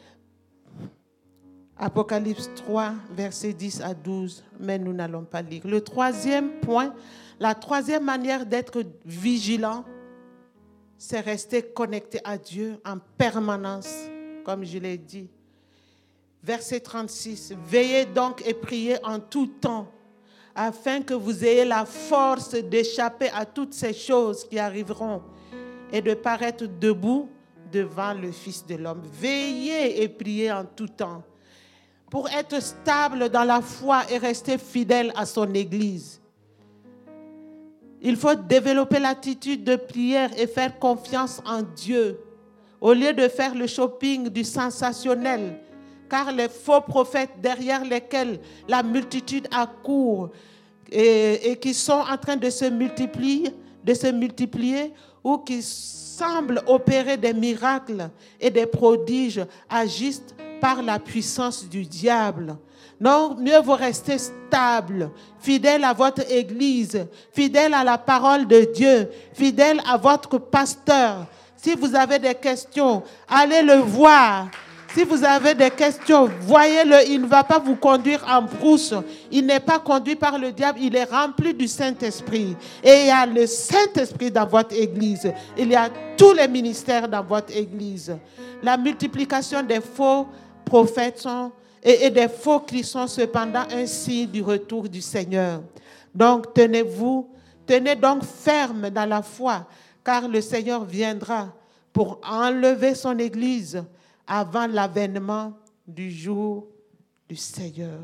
Apocalypse trois, versets dix à douze, mais nous n'allons pas lire. Le troisième point, la troisième manière d'être vigilant, c'est rester connecté à Dieu en permanence, comme je l'ai dit. Verset trente-six, veillez donc et priez en tout temps, afin que vous ayez la force d'échapper à toutes ces choses qui arriveront et de paraître debout devant le Fils de l'homme. Veillez et priez en tout temps pour être stable dans la foi et rester fidèle à son Église. Il faut développer l'attitude de prière et faire confiance en Dieu au lieu de faire le shopping du sensationnel, car les faux prophètes derrière lesquels la multitude accourt et, et qui sont en train de se multiplier, de se multiplier ou qui semblent opérer des miracles et des prodiges agissent par la puissance du diable. Donc, mieux vaut rester stable, fidèle à votre église, fidèle à la parole de Dieu, fidèle à votre pasteur. Si vous avez des questions, allez le voir. Si vous avez des questions, voyez-le, il ne va pas vous conduire en brousse. Il n'est pas conduit par le diable, il est rempli du Saint-Esprit. Et il y a le Saint-Esprit dans votre église. Il y a tous les ministères dans votre église. La multiplication des faux prophètes sont, et, et des faux Christ sont cependant un signe du retour du Seigneur. Donc, tenez-vous, tenez donc ferme dans la foi, car le Seigneur viendra pour enlever son église avant l'avènement du jour du Seigneur.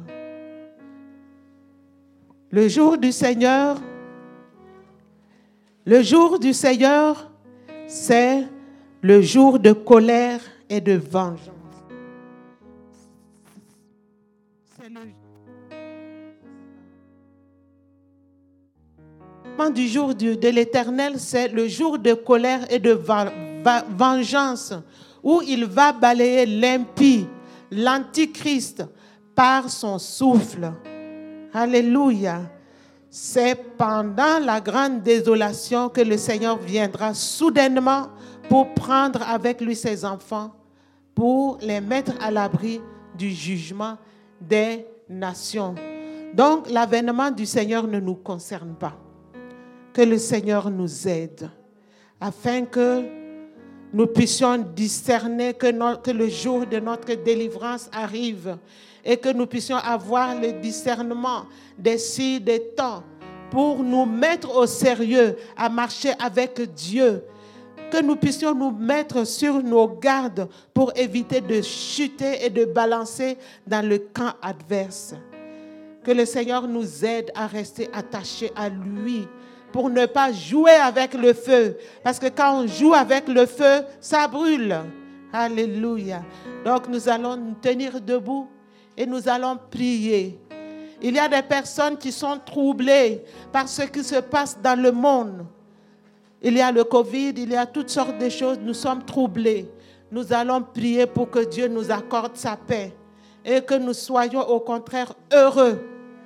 Le jour du Seigneur, le jour du Seigneur, c'est le jour de colère et de vengeance. C'est le jour du jour de l'Éternel, c'est le jour de colère et de vengeance, où il va balayer l'impie, l'antichrist, par son souffle. Alléluia. C'est pendant la grande désolation que le Seigneur viendra soudainement pour prendre avec lui ses enfants, pour les mettre à l'abri du jugement des nations. Donc, l'avènement du Seigneur ne nous concerne pas. Que le Seigneur nous aide, afin que nous puissions discerner que, notre, que le jour de notre délivrance arrive et que nous puissions avoir le discernement des signes, des temps pour nous mettre au sérieux à marcher avec Dieu. Que nous puissions nous mettre sur nos gardes pour éviter de chuter et de balancer dans le camp adverse. Que le Seigneur nous aide à rester attachés à lui, pour ne pas jouer avec le feu. Parce que quand on joue avec le feu, ça brûle. Alléluia. Donc nous allons nous tenir debout et nous allons prier. Il y a des personnes qui sont troublées par ce qui se passe dans le monde. Il y a le Covid, il y a toutes sortes de choses. Nous sommes troublés. Nous allons prier pour que Dieu nous accorde sa paix et que nous soyons au contraire heureux.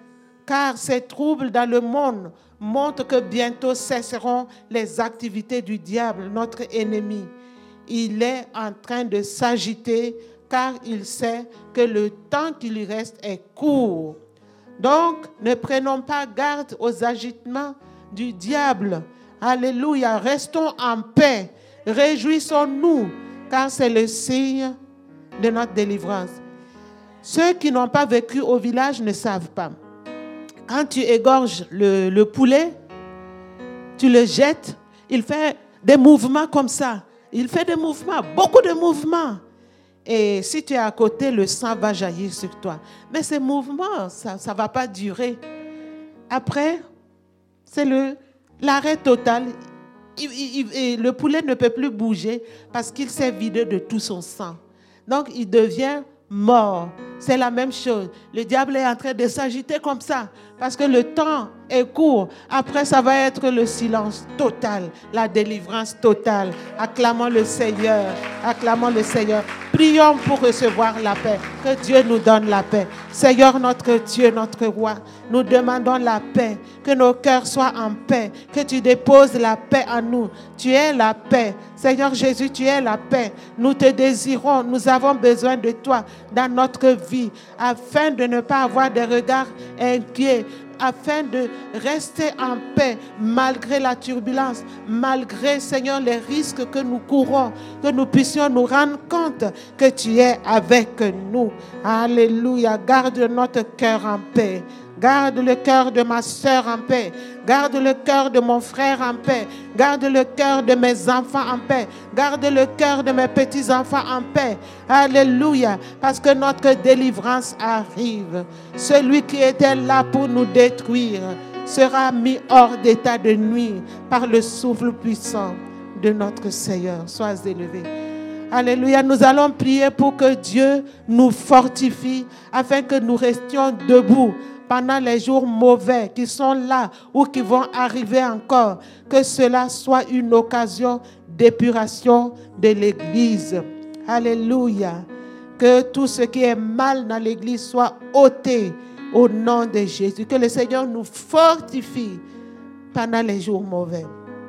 Car ces troubles dans le monde montrent que bientôt cesseront les activités du diable, notre ennemi. Il est en train de s'agiter car il sait que le temps qui lui reste est court. Donc, ne prenons pas garde aux agitements du diable. Alléluia, restons en paix, réjouissons-nous, car c'est le signe de notre délivrance. Ceux qui n'ont pas vécu au village ne savent pas. Quand tu égorges le, le poulet, tu le jettes, il fait des mouvements comme ça. Il fait des mouvements, beaucoup de mouvements. Et si tu es à côté, le sang va jaillir sur toi. Mais ces mouvements, ça ne va pas durer. Après, c'est le, l'arrêt total. Il, il, il, le poulet ne peut plus bouger parce qu'il s'est vidé de tout son sang. Donc, il devient mort. C'est la même chose. Le diable est en train de s'agiter comme ça parce que le temps est court. Après, ça va être le silence total, la délivrance totale. Acclamons le Seigneur. Acclamons le Seigneur. Prions pour recevoir la paix. Que Dieu nous donne la paix. Seigneur, notre Dieu, notre roi, nous demandons la paix. Que nos cœurs soient en paix. Que tu déposes la paix en nous. Tu es la paix. Seigneur Jésus, tu es la paix. Nous te désirons. Nous avons besoin de toi dans notre vie afin de ne pas avoir des regards inquiets, afin de rester en paix malgré la turbulence, malgré, Seigneur, les risques que nous courons, que nous puissions nous rendre compte que tu es avec nous. Alléluia. Garde notre cœur en paix. Garde le cœur de ma sœur en paix. Garde le cœur de mon frère en paix. Garde le cœur de mes enfants en paix. Garde le cœur de mes petits-enfants en paix. Alléluia. Parce que notre délivrance arrive. Celui qui était là pour nous détruire sera mis hors d'état de nuire par le souffle puissant de notre Seigneur. Sois élevé. Alléluia. Nous allons prier pour que Dieu nous fortifie afin que nous restions debout pendant les jours mauvais qui sont là ou qui vont arriver encore. Que cela soit une occasion d'épuration de l'Église. Alléluia. Que tout ce qui est mal dans l'Église soit ôté au nom de Jésus. Que le Seigneur nous fortifie pendant les jours mauvais.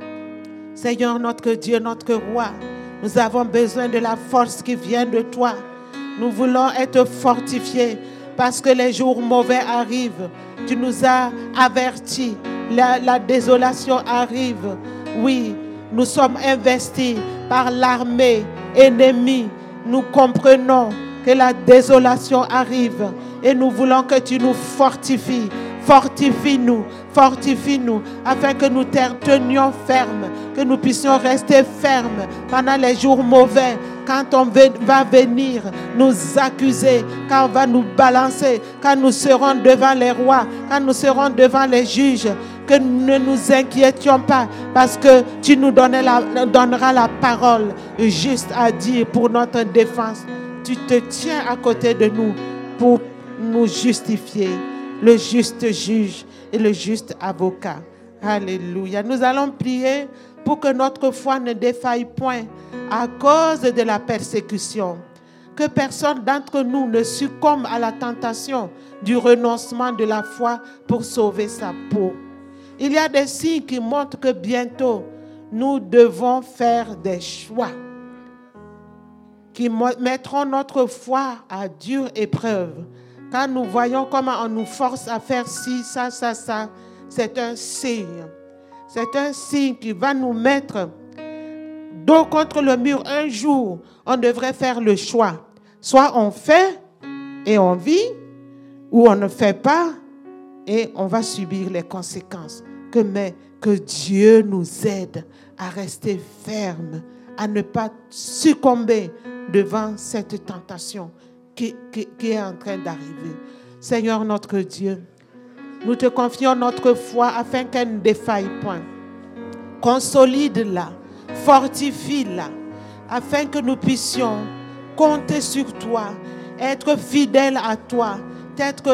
Seigneur, notre Dieu, notre Roi, nous avons besoin de la force qui vient de toi. Nous voulons être fortifiés parce que les jours mauvais arrivent. Tu nous as avertis. La, la désolation arrive. Oui, nous sommes investis par l'armée ennemie. Nous comprenons que la désolation arrive et nous voulons que tu nous fortifies. Fortifie-nous, fortifie-nous, afin que nous tenions ferme, que nous puissions rester fermes pendant les jours mauvais, quand on va venir nous accuser, quand on va nous balancer, quand nous serons devant les rois, quand nous serons devant les juges, que nous ne nous inquiétions pas, parce que tu nous la, donneras la parole juste à dire pour notre défense. Tu te tiens à côté de nous pour nous justifier. Le juste juge et le juste avocat. Alléluia. Nous allons prier pour que notre foi ne défaille point à cause de la persécution. Que personne d'entre nous ne succombe à la tentation du renoncement de la foi pour sauver sa peau. Il y a des signes qui montrent que bientôt, nous devons faire des choix qui mettront notre foi à dure épreuve. Quand nous voyons comment on nous force à faire ci, ça, ça, ça, c'est un signe. C'est un signe qui va nous mettre dos contre le mur. Un jour, on devrait faire le choix. Soit on fait et on vit, ou on ne fait pas et on va subir les conséquences. Que, mais, que Dieu nous aide à rester fermes, à ne pas succomber devant cette tentation Qui, qui, qui est en train d'arriver. Seigneur notre Dieu, nous te confions notre foi afin qu'elle ne défaille point. Consolide-la, fortifie-la, afin que nous puissions compter sur toi, être fidèles à toi, être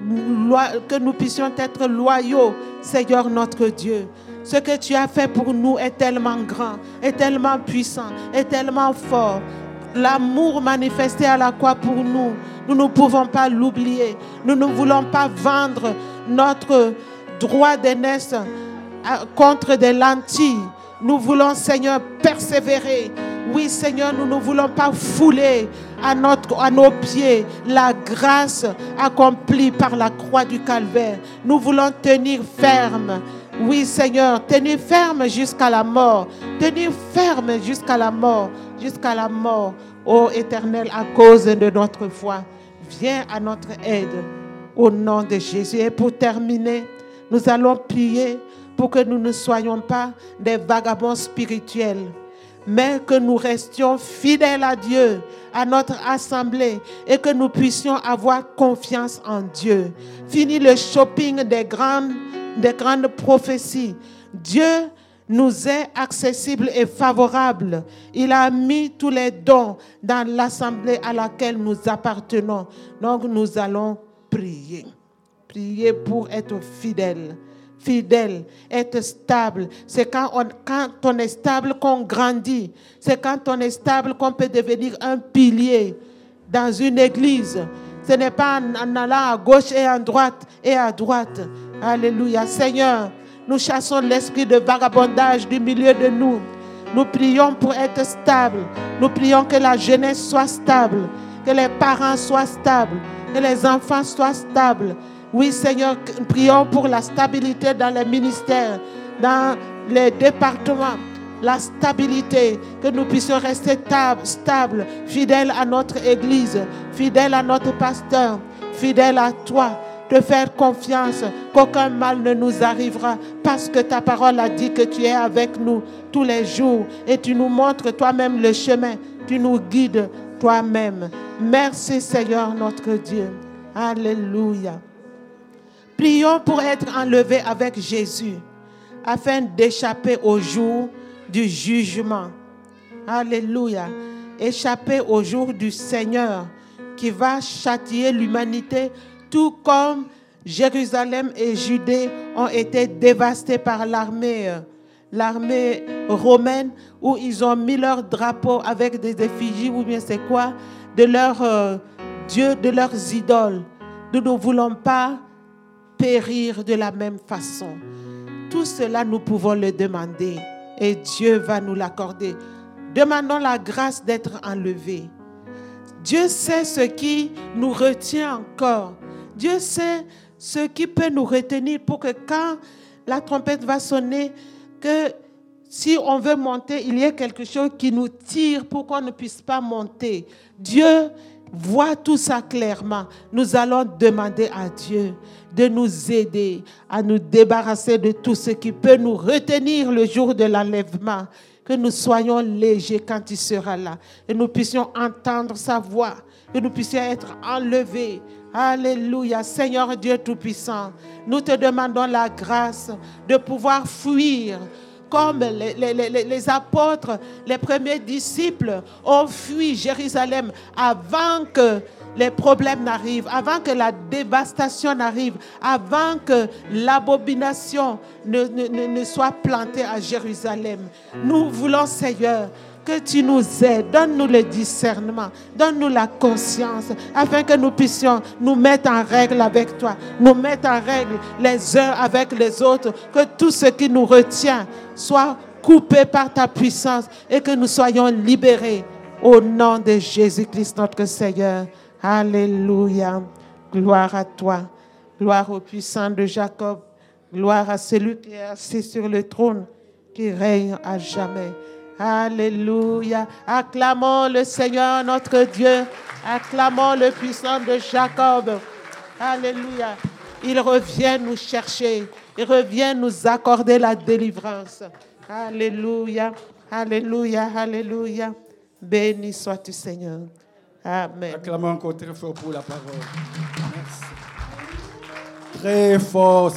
lo- que nous puissions être loyaux, Seigneur notre Dieu. Ce que tu as fait pour nous est tellement grand, est tellement puissant, est tellement fort. L'amour manifesté à la croix pour nous, nous ne pouvons pas l'oublier. Nous ne voulons pas vendre notre droit d'aînesse contre des lentilles. Nous voulons, Seigneur, persévérer. Oui, Seigneur, nous ne voulons pas fouler à, notre, à nos pieds la grâce accomplie par la croix du Calvaire. Nous voulons tenir ferme. Oui, Seigneur, tenir ferme jusqu'à la mort. Tenir ferme jusqu'à la mort. Jusqu'à la mort, ô Éternel, à cause de notre foi. Viens à notre aide au nom de Jésus. Et pour terminer, nous allons prier pour que nous ne soyons pas des vagabonds spirituels, mais que nous restions fidèles à Dieu, à notre assemblée, et que nous puissions avoir confiance en Dieu. Fini le shopping des grandes, des grandes prophéties. Dieu nous est accessible et favorable. Il a mis tous les dons dans l'assemblée à laquelle nous appartenons. Donc nous allons prier. Prier pour être fidèles. Fidèle, être stable. C'est quand on, quand on est stable qu'on grandit. C'est quand on est stable qu'on peut devenir un pilier dans une église. Ce n'est pas en, en allant à gauche et à droite et à droite. Alléluia. Seigneur, nous chassons l'esprit de vagabondage du milieu de nous. Nous prions pour être stables. Nous prions que la jeunesse soit stable, que les parents soient stables, que les enfants soient stables. Oui, Seigneur, prions pour la stabilité dans les ministères, dans les départements, la stabilité, que nous puissions rester stables, stables, fidèles à notre Église, fidèles à notre pasteur, fidèles à toi. te faire confiance qu'aucun mal ne nous arrivera parce que ta parole a dit que tu es avec nous tous les jours et tu nous montres toi-même le chemin, tu nous guides toi-même. Merci Seigneur notre Dieu. Alléluia. Prions pour être enlevés avec Jésus afin d'échapper au jour du jugement. Alléluia. Échapper au jour du Seigneur qui va châtier l'humanité tout comme Jérusalem et Judée ont été dévastés par l'armée, l'armée romaine où ils ont mis leur drapeau avec des effigies ou bien c'est quoi, de leurs euh, dieux, de leurs idoles. Nous ne voulons pas périr de la même façon. Tout cela, nous pouvons le demander et Dieu va nous l'accorder. Demandons la grâce d'être enlevés. Dieu sait ce qui nous retient encore. Dieu sait ce qui peut nous retenir pour que quand la trompette va sonner, que si on veut monter, il y ait quelque chose qui nous tire pour qu'on ne puisse pas monter. Dieu voit tout ça clairement. Nous allons demander à Dieu de nous aider à nous débarrasser de tout ce qui peut nous retenir le jour de l'enlèvement. Que nous soyons légers quand il sera là. Et nous puissions entendre sa voix. Que nous puissions être enlevés. Alléluia. Seigneur Dieu Tout-Puissant, nous te demandons la grâce de pouvoir fuir comme les, les, les, les apôtres, les premiers disciples ont fui Jérusalem avant que les problèmes n'arrivent, avant que la dévastation n'arrive, avant que l'abomination ne, ne, ne, ne soit plantée à Jérusalem. Nous voulons, Seigneur, que tu nous aides, donne-nous le discernement, donne-nous la conscience, afin que nous puissions nous mettre en règle avec toi, nous mettre en règle les uns avec les autres, que tout ce qui nous retient soit coupé par ta puissance et que nous soyons libérés au nom de Jésus-Christ notre Seigneur. Alléluia. Gloire à toi. Gloire au puissant de Jacob. Gloire à celui qui est assis sur le trône, qui règne à jamais. Alléluia. Acclamons le Seigneur notre Dieu. Acclamons le puissant de Jacob. Alléluia. Il revient nous chercher. Il revient nous accorder la délivrance. Alléluia. Alléluia. Alléluia. Béni sois-tu, Seigneur. Amen. Acclamons encore très fort pour la parole. Merci. Très fort.